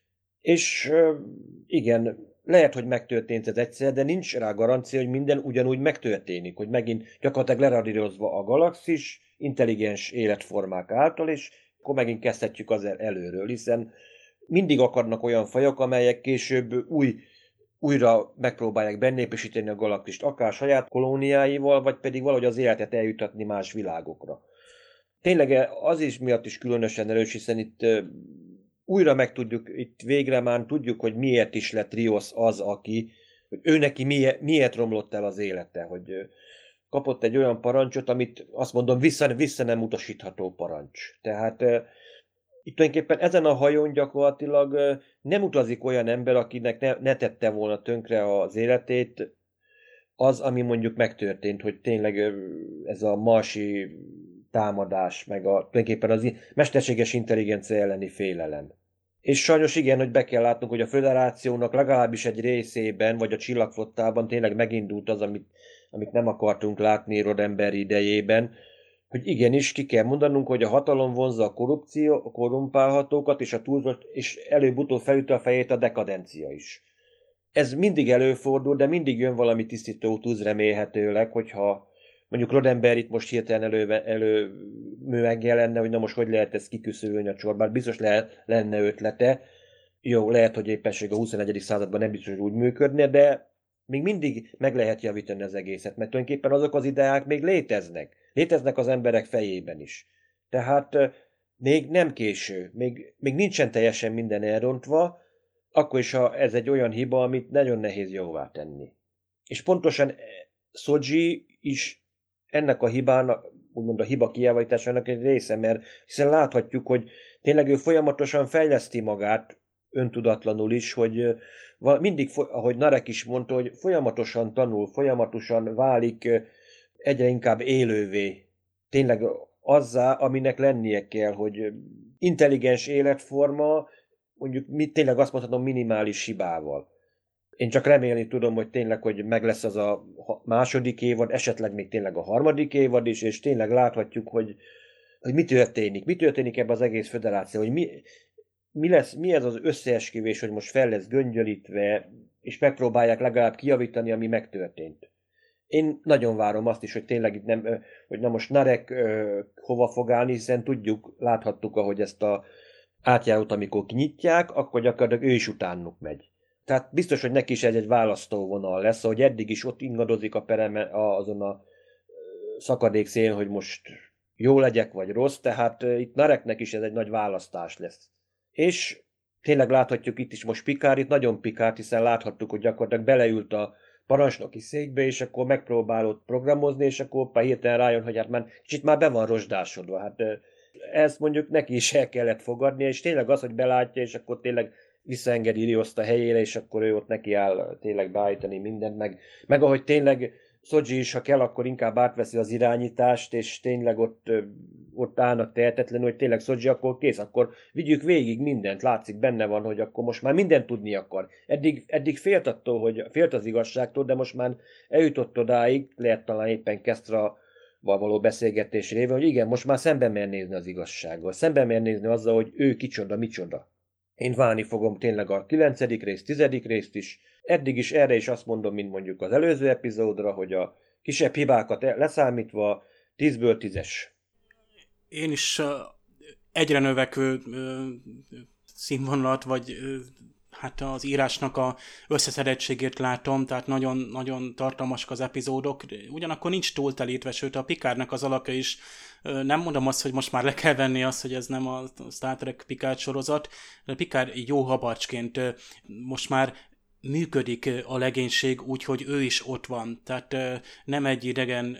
És igen, lehet, hogy megtörtént ez egyszer, de nincs rá garancia, hogy minden ugyanúgy megtörténik, hogy megint gyakorlatilag leradírozva a galaxis, intelligens életformák által, és akkor megint kezdhetjük az előről, hiszen mindig akadnak olyan fajok, amelyek később új, újra megpróbálják bennépesíteni a galaxist, akár saját kolóniáival, vagy pedig valahogy az életet eljutatni más világokra. Tényleg az is miatt is különösen erős, hiszen itt újra megtudjuk, itt végre már tudjuk, hogy miért is lett Rios az, aki, hogy ő neki miért, miért romlott el az élete, hogy kapott egy olyan parancsot, amit azt mondom, vissza, vissza nem utasítható parancs. Tehát itt tulajdonképpen ezen a hajón gyakorlatilag nem utazik olyan ember, akinek ne, ne tette volna tönkre az életét, az, ami mondjuk megtörtént, hogy tényleg ez a marsi támadás, meg a, tulajdonképpen az mesterséges intelligencia elleni félelem. És sajnos igen, hogy be kell látnunk, hogy a föderációnak legalábbis egy részében, vagy a csillagflottában tényleg megindult az, amit, amit nem akartunk látni Roddenberry idejében, hogy igenis ki kell mondanunk, hogy a hatalom vonzza a korrupció, a korrumpálhatókat, és, a túlzott, és előbb-utóbb felüt a fejét a dekadencia is. Ez mindig előfordul, de mindig jön valami tisztító tűz remélhetőleg, hogyha mondjuk Roddenberryt most hirtelen elő, elő megjelenne, hogy na most hogy lehet ezt kiküszöbölni a csorbát, biztos lehet, lenne ötlete. Jó, lehet, hogy éppenség a huszonegyedik században nem biztos, hogy úgy működne, de még mindig meg lehet javítani az egészet, mert tulajdonképpen azok az ideák még léteznek. Léteznek az emberek fejében is. Tehát még nem késő, még, még nincsen teljesen minden elrontva, akkor is, ha ez egy olyan hiba, amit nagyon nehéz jóvá tenni. És pontosan Soji is ennek a hibának, úgymond a hiba kijavításának egy része, mert hiszen láthatjuk, hogy tényleg ő folyamatosan fejleszti magát, öntudatlanul is, hogy mindig, ahogy Narek is mondta, hogy folyamatosan tanul, folyamatosan válik egyre inkább élővé. Tényleg azzá, aminek lennie kell, hogy intelligens életforma, mondjuk mi, tényleg azt mondhatom minimális hibával. Én csak remélni tudom, hogy tényleg, hogy meg lesz az a második évad, esetleg még tényleg a harmadik évad is, és tényleg láthatjuk, hogy, hogy mi történik. Mi történik ebben az egész föderáció, hogy mi, mi lesz, mi ez az összeesküvés, hogy most fel lesz göngyölítve, és megpróbálják legalább kijavítani, ami megtörtént. Én nagyon várom azt is, hogy tényleg itt nem, hogy na most Narek ö, hova fog állni, hiszen tudjuk, láthattuk, ahogy ezt a átjárót, amikor kinyitják, akkor gyakorlatilag ő is utánuk megy. Tehát biztos, hogy neki is egy, egy választóvonal lesz, hogy eddig is ott ingadozik a pereme, azon a szakadék szélén, hogy most jó legyek, vagy rossz, tehát itt Nareknek is ez egy nagy választás lesz. És tényleg láthatjuk itt is most Picard, itt nagyon Picard, hiszen láthattuk, hogy gyakorlatilag beleült a parancsnoki székbe, és akkor megpróbálott programozni, és akkor hirtelen rájön, hogy hát már kicsit már be van rozsdásodva. Hát ezt mondjuk neki is el kellett fogadni, és tényleg az, hogy belátja, és akkor tényleg visszaengedi Rioszt a helyére, és akkor ő ott neki áll tényleg beállítani mindent, meg, meg ahogy tényleg Soji is, ha kell, akkor inkább átveszi az irányítást, és tényleg ott, ott állnak tehetetlenül, hogy tényleg Soji, akkor kész, akkor vigyük végig mindent, látszik benne van, hogy akkor most már mindent tudni akar. Eddig, eddig félt attól, hogy félt az igazságtól, de most már eljutott odáig, lehet talán éppen Kestra való beszélgetés révén, hogy igen, most már szembe mer nézni az igazsággal, szembe mer nézni azzal, hogy ő kicsoda, micsoda. Én várni fogom tényleg a kilencedik részt, tizedik részt is. Eddig is erre is azt mondom, mint mondjuk az előző epizódra, hogy a kisebb hibákat leszámítva tízből tízes. Én is egyre növekvő színvonalat, vagy hát az írásnak a összeszedettségét látom, tehát nagyon, nagyon tartalmasak az epizódok, ugyanakkor nincs túltelítve, sőt a Picardnak az alakja is, nem mondom azt, hogy most már le kell venni azt, hogy ez nem a Star Trek Picard sorozat, de Picard egy jó habarcsként most már működik a legénység úgy, hogy ő is ott van. Tehát nem egy idegen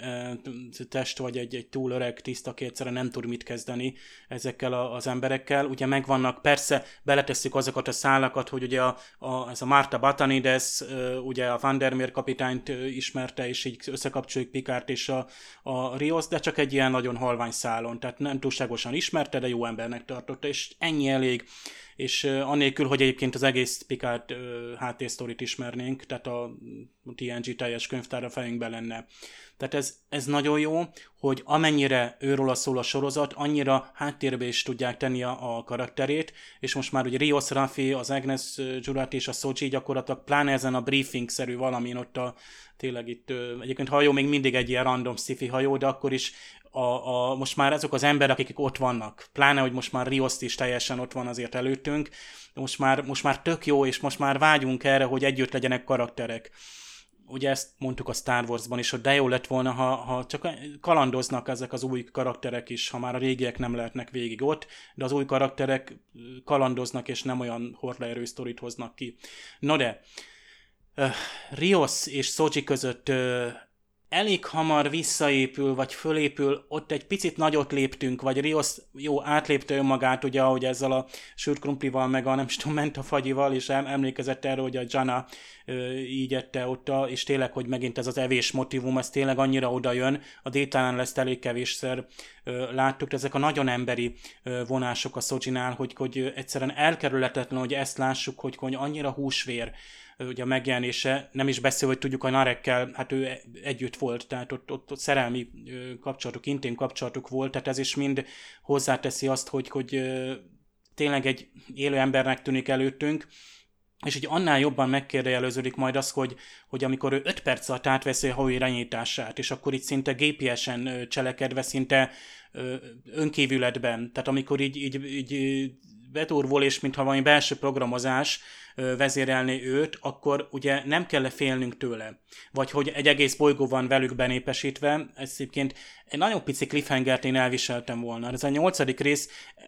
test, vagy egy, egy túl öreg tiszt, aki egyszerűen nem tud mit kezdeni ezekkel a, az emberekkel. Ugye megvannak, persze beletesszük azokat a szálakat, hogy ugye a, a, ez a Marta Batanides, ugye a Vandermeer kapitányt ismerte, és így összekapcsoljuk Picard és a, a Rios, de csak egy ilyen nagyon halvány szálon. Tehát nem túlságosan ismerte, de jó embernek tartotta, és ennyi elég. És uh, annélkül, hogy egyébként az egész Picard uh, háttérsztorit ismernénk, tehát a té en gé teljes könyvtára fejünkben lenne. Tehát ez, ez nagyon jó, hogy amennyire őről szól a sorozat, annyira háttérbe is tudják tenni a, a karakterét, és most már ugye Rios Raffi, az Agnes Jurati és a Soji gyakorlatilag pláne ezen a briefing-szerű valamin ott a, tényleg itt, uh, egyébként hajó még mindig egy ilyen random sci-fi hajó, de akkor is A, a, most már azok az emberek, akik ott vannak, pláne, hogy most már Rios is teljesen ott van azért előttünk, most már, most már tök jó, és most már vágyunk erre, hogy együtt legyenek karakterek. Ugye ezt mondtuk a Star Warsban is, hogy de jó lett volna, ha, ha csak kalandoznak ezek az új karakterek is, ha már a régiek nem lehetnek végig ott, de az új karakterek kalandoznak, és nem olyan hordaerő sztorit hoznak ki. No de, uh, Rios és Soji között uh, elég hamar visszaépül, vagy fölépül, ott egy picit nagyot léptünk, vagy Rios jó átlépte önmagát, ugye, ahogy ezzel a sült krumplival, meg a nem is tudom, ment a fagyival, és emlékezett erről, hogy a Jana ö, így ette ott, a, és tényleg, hogy megint ez az evés motivum, ez tényleg annyira oda jön, a Détánál ezt elég kevésszer ö, láttuk, de ezek a nagyon emberi ö, vonások a Sojinál, hogy, hogy egyszerűen elkerülhetetlen, hogy ezt lássuk, hogy, hogy annyira húsvér, ugye a megjelenése, nem is beszél, hogy tudjuk, a Narekkel, hát ő együtt volt, tehát ott, ott, ott szerelmi kapcsolatuk, intim kapcsolatuk volt, tehát ez is mind hozzáteszi azt, hogy, hogy tényleg egy élő embernek tűnik előttünk, és így annál jobban megkérdőjeleződik majd az, hogy, hogy amikor ő öt perc alatt átveszi a hajó irányítását, és akkor itt szinte gé pé esen cselekedve, szinte önkívületben, tehát amikor így, így, így beturvol, és mintha valami belső programozás vezérelné őt, akkor ugye nem kell félnünk tőle. Vagy hogy egy egész bolygó van velük benépesítve, ez egyébként egy nagyon pici cliffhangert én elviseltem volna. Ez a nyolcadik rész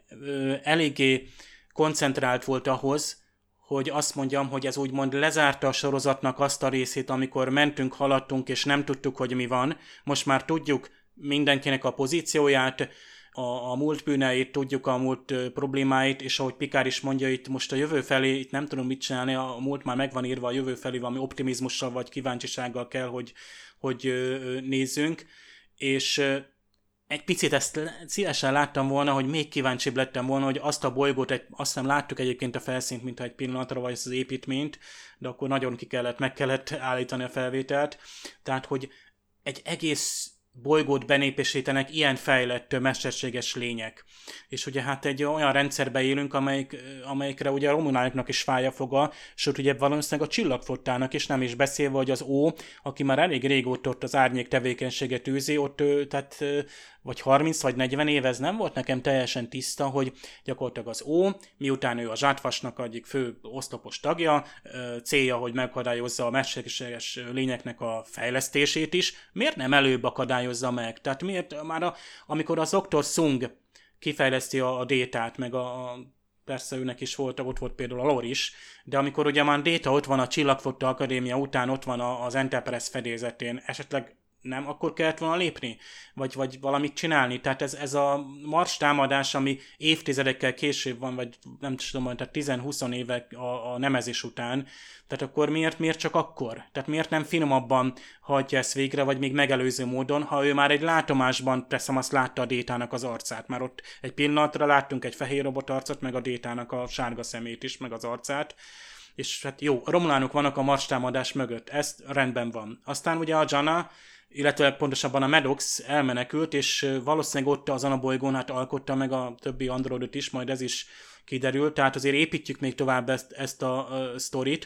eléggé koncentrált volt ahhoz, hogy azt mondjam, hogy ez úgymond lezárta a sorozatnak azt a részét, amikor mentünk, haladtunk, és nem tudtuk, hogy mi van. Most már tudjuk mindenkinek a pozícióját, a, a múlt bűneit, tudjuk a múlt ö, problémáit, és ahogy Picard is mondja, itt most a jövő felé, itt nem tudom mit csinálni, a múlt már megvan írva, a jövő felé valami optimizmussal vagy kíváncsisággal kell, hogy, hogy ö, nézzünk, és ö, egy picit ezt szívesen láttam volna, hogy még kíváncsibb lettem volna, hogy azt a bolygót, egy, azt hiszem láttuk egyébként a felszínt, mintha egy pillanatra, vagy ezt az építményt, de akkor nagyon ki kellett, meg kellett állítani a felvételt, tehát hogy egy egész bolygót benépesítenek ilyen fejlett, mesterséges lények. És ugye hát egy olyan rendszerbe élünk, amelyik, amelyikre ugye a romuláknak is fáj a foga, sőt ugye valószínűleg a csillagflottának is, nem is beszélve, hogy az Ó, aki már elég régóta ott az árnyék tevékenységet űzi, ott tehát vagy harminc vagy negyven éve, ez nem volt nekem teljesen tiszta, hogy gyakorlatilag az Ó, miután ő a Zsátvasnak egyik fő oszlopos tagja, célja, hogy megakadályozza a mesterséges lényeknek a fejlesztését is, miért nem előbb akadályozza meg? Tehát miért már a, amikor az doktor Sung kifejleszti a, a Détát, meg a, a persze őnek is volt, ott volt például a Lore is, de amikor ugye már Déta ott van a Csillagflotta Akadémia után, ott van az Enterprise fedélzetén, esetleg nem, akkor kellett volna lépni, vagy, vagy valamit csinálni. Tehát ez, ez a Mars támadás, ami évtizedekkel később van, vagy nem tudom, tehát tíz-húsz évek a, a nemezés után, tehát akkor miért, miért csak akkor? Tehát miért nem finomabban hajtja ezt végre, vagy még megelőző módon, ha ő már egy látomásban, teszem, azt látta a Détának az arcát, már ott egy pillanatra láttunk egy fehér robot arcot, meg a Détának a sárga szemét is, meg az arcát, és hát jó, a romulánok vannak a Mars támadás mögött, ez rendben van. Aztán ugye a Jana, illetve pontosabban a Maddox elmenekült, és valószínűleg ott azon a bolygón hát alkotta meg a többi androidot is, majd ez is kiderült, tehát azért építjük még tovább ezt, ezt a uh, sztorit,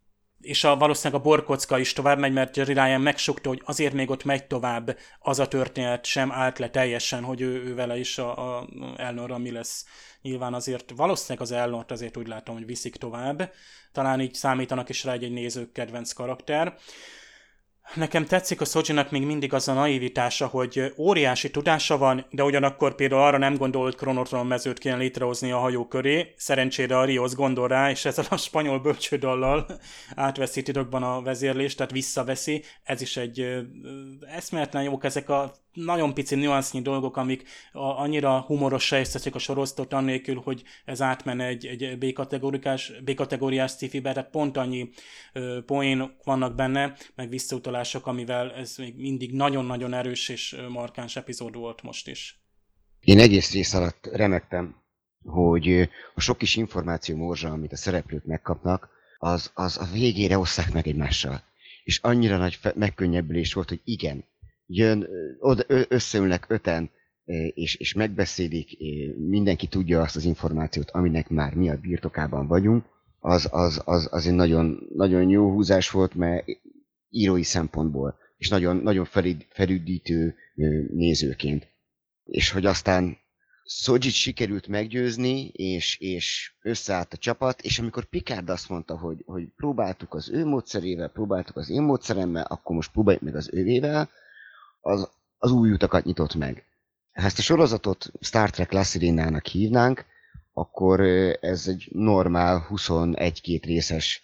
és a, valószínűleg a borkocka is tovább megy, mert Jerry Ryan megsukta, hogy azért még ott megy tovább, az a történet sem állt le teljesen, hogy ő, ő vele is a, a Elnorra mi lesz. Nyilván azért valószínűleg az Elnort azért úgy látom, hogy viszik tovább, talán így számítanak is rá egy, egy nézők kedvenc karakter. Nekem tetszik a Sojinak még mindig az a naivitása, hogy óriási tudása van, de ugyanakkor például arra nem gondol, hogy Chronotron mezőt kéne létrehozni a hajó köré. Szerencsére a Rios gondol rá, és ezzel a spanyol bölcsődallal átveszi titokban a vezérlést, tehát visszaveszi. Ez is egy ö, eszméletlen jók, ezek a nagyon pici nüansznyi dolgok, amik a, annyira humorossá is teszik a sorozatot, annélkül, hogy ez átmenne egy, egy B-kategóriás, B-kategóriás sci-fibe, tehát pont annyi ö, poén vannak benne, meg visszautalások, amivel ez még mindig nagyon-nagyon erős és markáns epizód volt most is. Én egész rész alatt remektem, hogy a sok kis információ morzsa, amit a szereplők megkapnak, az, az a végére osszák meg egymással. És annyira nagy fe- megkönnyebbülés volt, hogy igen, jön, oda, összeülnek öten, és, és megbeszélik, mindenki tudja azt az információt, aminek már mi a birtokában vagyunk, az, az, az, az egy nagyon, nagyon jó húzás volt, mert írói szempontból, és nagyon, nagyon felüdítő nézőként. És hogy aztán Sojit sikerült meggyőzni, és, és összeállt a csapat, és amikor Picard azt mondta, hogy, hogy próbáltuk az ő módszerével, próbáltuk az én módszeremmel, akkor most próbáljuk meg az övével, az, az új utakat nyitott meg. Ha ezt a sorozatot Star Trek La Sirenának hívnánk, akkor ez egy normál huszonegy-két részes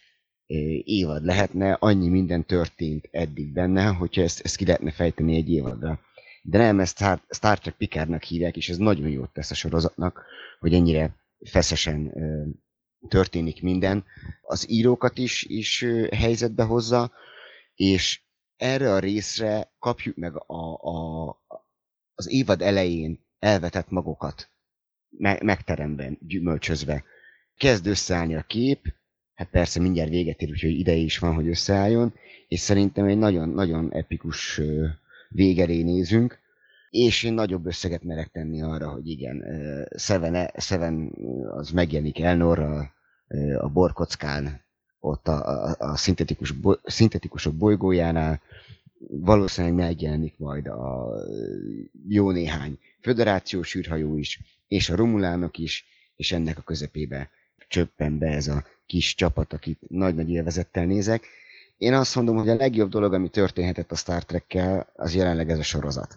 évad lehetne, annyi minden történt eddig benne, hogyha ezt, ezt ki lehetne fejteni egy évadra. De nem, ezt Star, Star Trek Picardnak hívják, és ez nagyon jót tesz a sorozatnak, hogy ennyire feszesen ö, történik minden. Az írókat is, is ö, helyzetbe hozza, és erre a részre kapjuk meg a, a, az évad elején elvetett magokat, me, megteremben, gyümölcsözve. Kezd összeállni a kép, hát persze mindjárt véget ér, úgyhogy ideje is van, hogy összeálljon, és szerintem egy nagyon-nagyon epikus ö, végelé nézünk, és én nagyobb összeget merek tenni arra, hogy igen, Seven, Seven az megjelenik Elnorral a borkockán, ott a, a, a szintetikus, szintetikusok bolygójánál, valószínűleg megjelenik majd a jó néhány föderációs űrhajó is, és a romulánok is, és ennek a közepébe csöppen be ez a kis csapat, akit nagy-nagy élvezettel nézek. Én azt mondom, hogy a legjobb dolog, ami történhetett a Star Trekkel, az jelenleg ez a sorozat.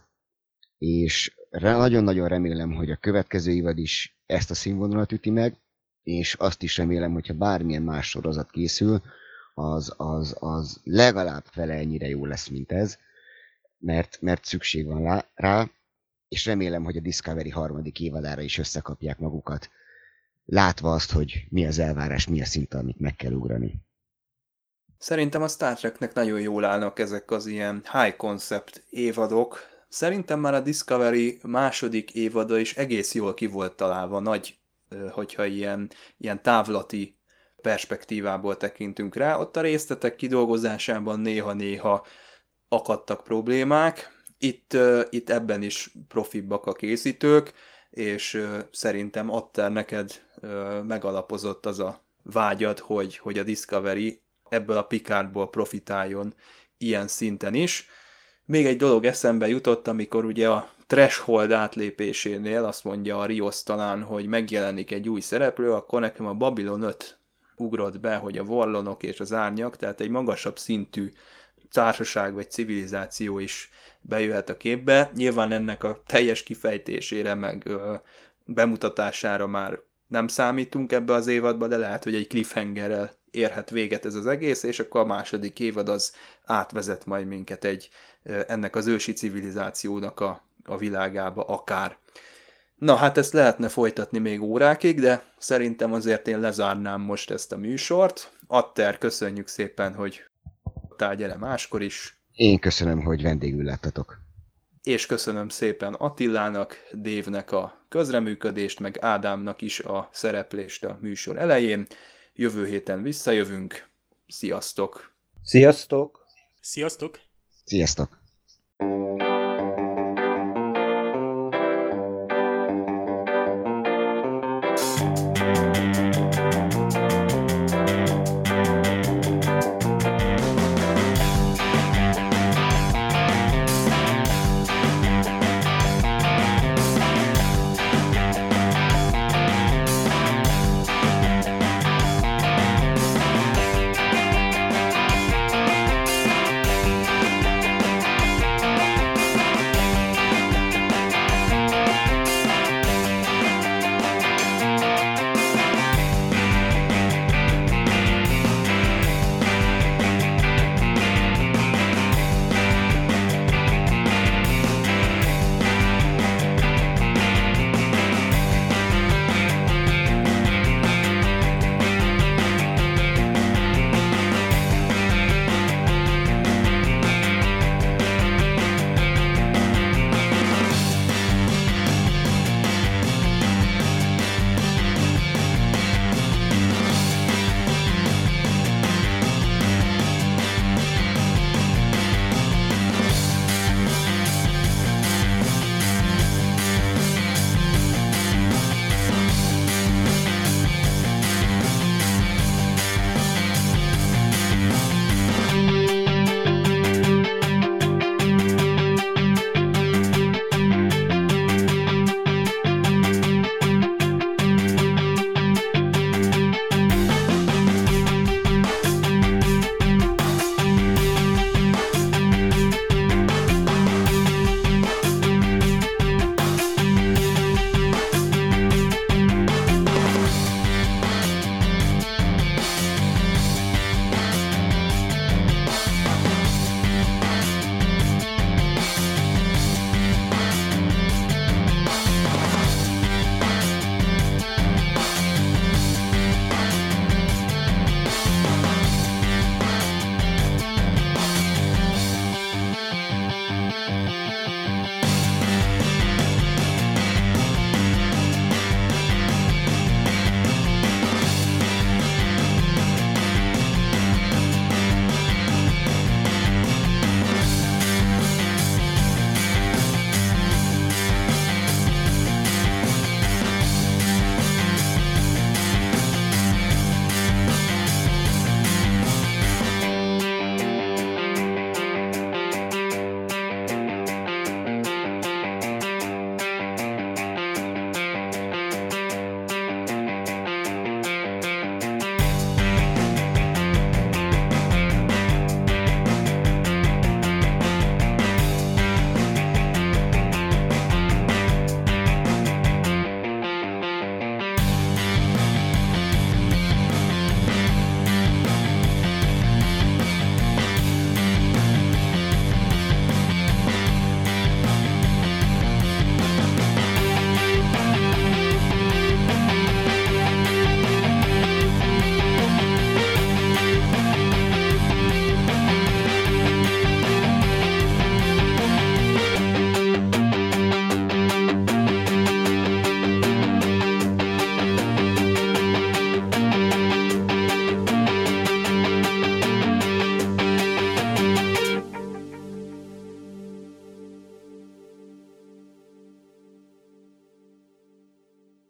És re- nagyon-nagyon remélem, hogy a következő évad is ezt a színvonalat üti meg, és azt is remélem, hogyha bármilyen más sorozat készül, az, az, az legalább fele ennyire jó lesz, mint ez, mert, mert szükség van lá- rá, és remélem, hogy a Discovery harmadik évadára is összekapják magukat, látva azt, hogy mi az elvárás, mi a szint, amit meg kell ugrani. Szerintem a Star Treknek nagyon jól állnak ezek az ilyen high concept évadok. Szerintem már a Discovery második évada is egész jól ki volt találva, nagy, hogyha ilyen, ilyen távlati perspektívából tekintünk rá. Ott a részletek kidolgozásában néha-néha akadtak problémák. Itt, itt ebben is profibbak a készítők, és szerintem adta neked megalapozott az a vágyad, hogy, hogy a Discovery ebből a Picardból profitáljon ilyen szinten is. Még egy dolog eszembe jutott, amikor ugye a threshold átlépésénél azt mondja a Rios talán, hogy megjelenik egy új szereplő, akkor nekem a Babylon öt ugrott be, hogy a Vorlonok és az Árnyak, tehát egy magasabb szintű társaság vagy civilizáció is bejöhet a képbe. Nyilván ennek a teljes kifejtésére, meg ö, bemutatására már nem számítunk ebbe az évadba, de lehet, hogy egy cliffhangerrel érhet véget ez az egész, és akkor a második évad az átvezet majd minket egy ennek az ősi civilizációnak a, a világába akár. Na hát ezt lehetne folytatni még órákig, de szerintem azért én lezárnám most ezt a műsort. Atter, köszönjük szépen, hogy tárgyalem máskor is. Én köszönöm, hogy vendégül láttatok. És köszönöm szépen Attilának, Dévnek a közreműködést, meg Ádámnak is a szereplést a műsor elején. Jövő héten visszajövünk. Sziasztok! Sziasztok! Sziasztok! Sziasztok!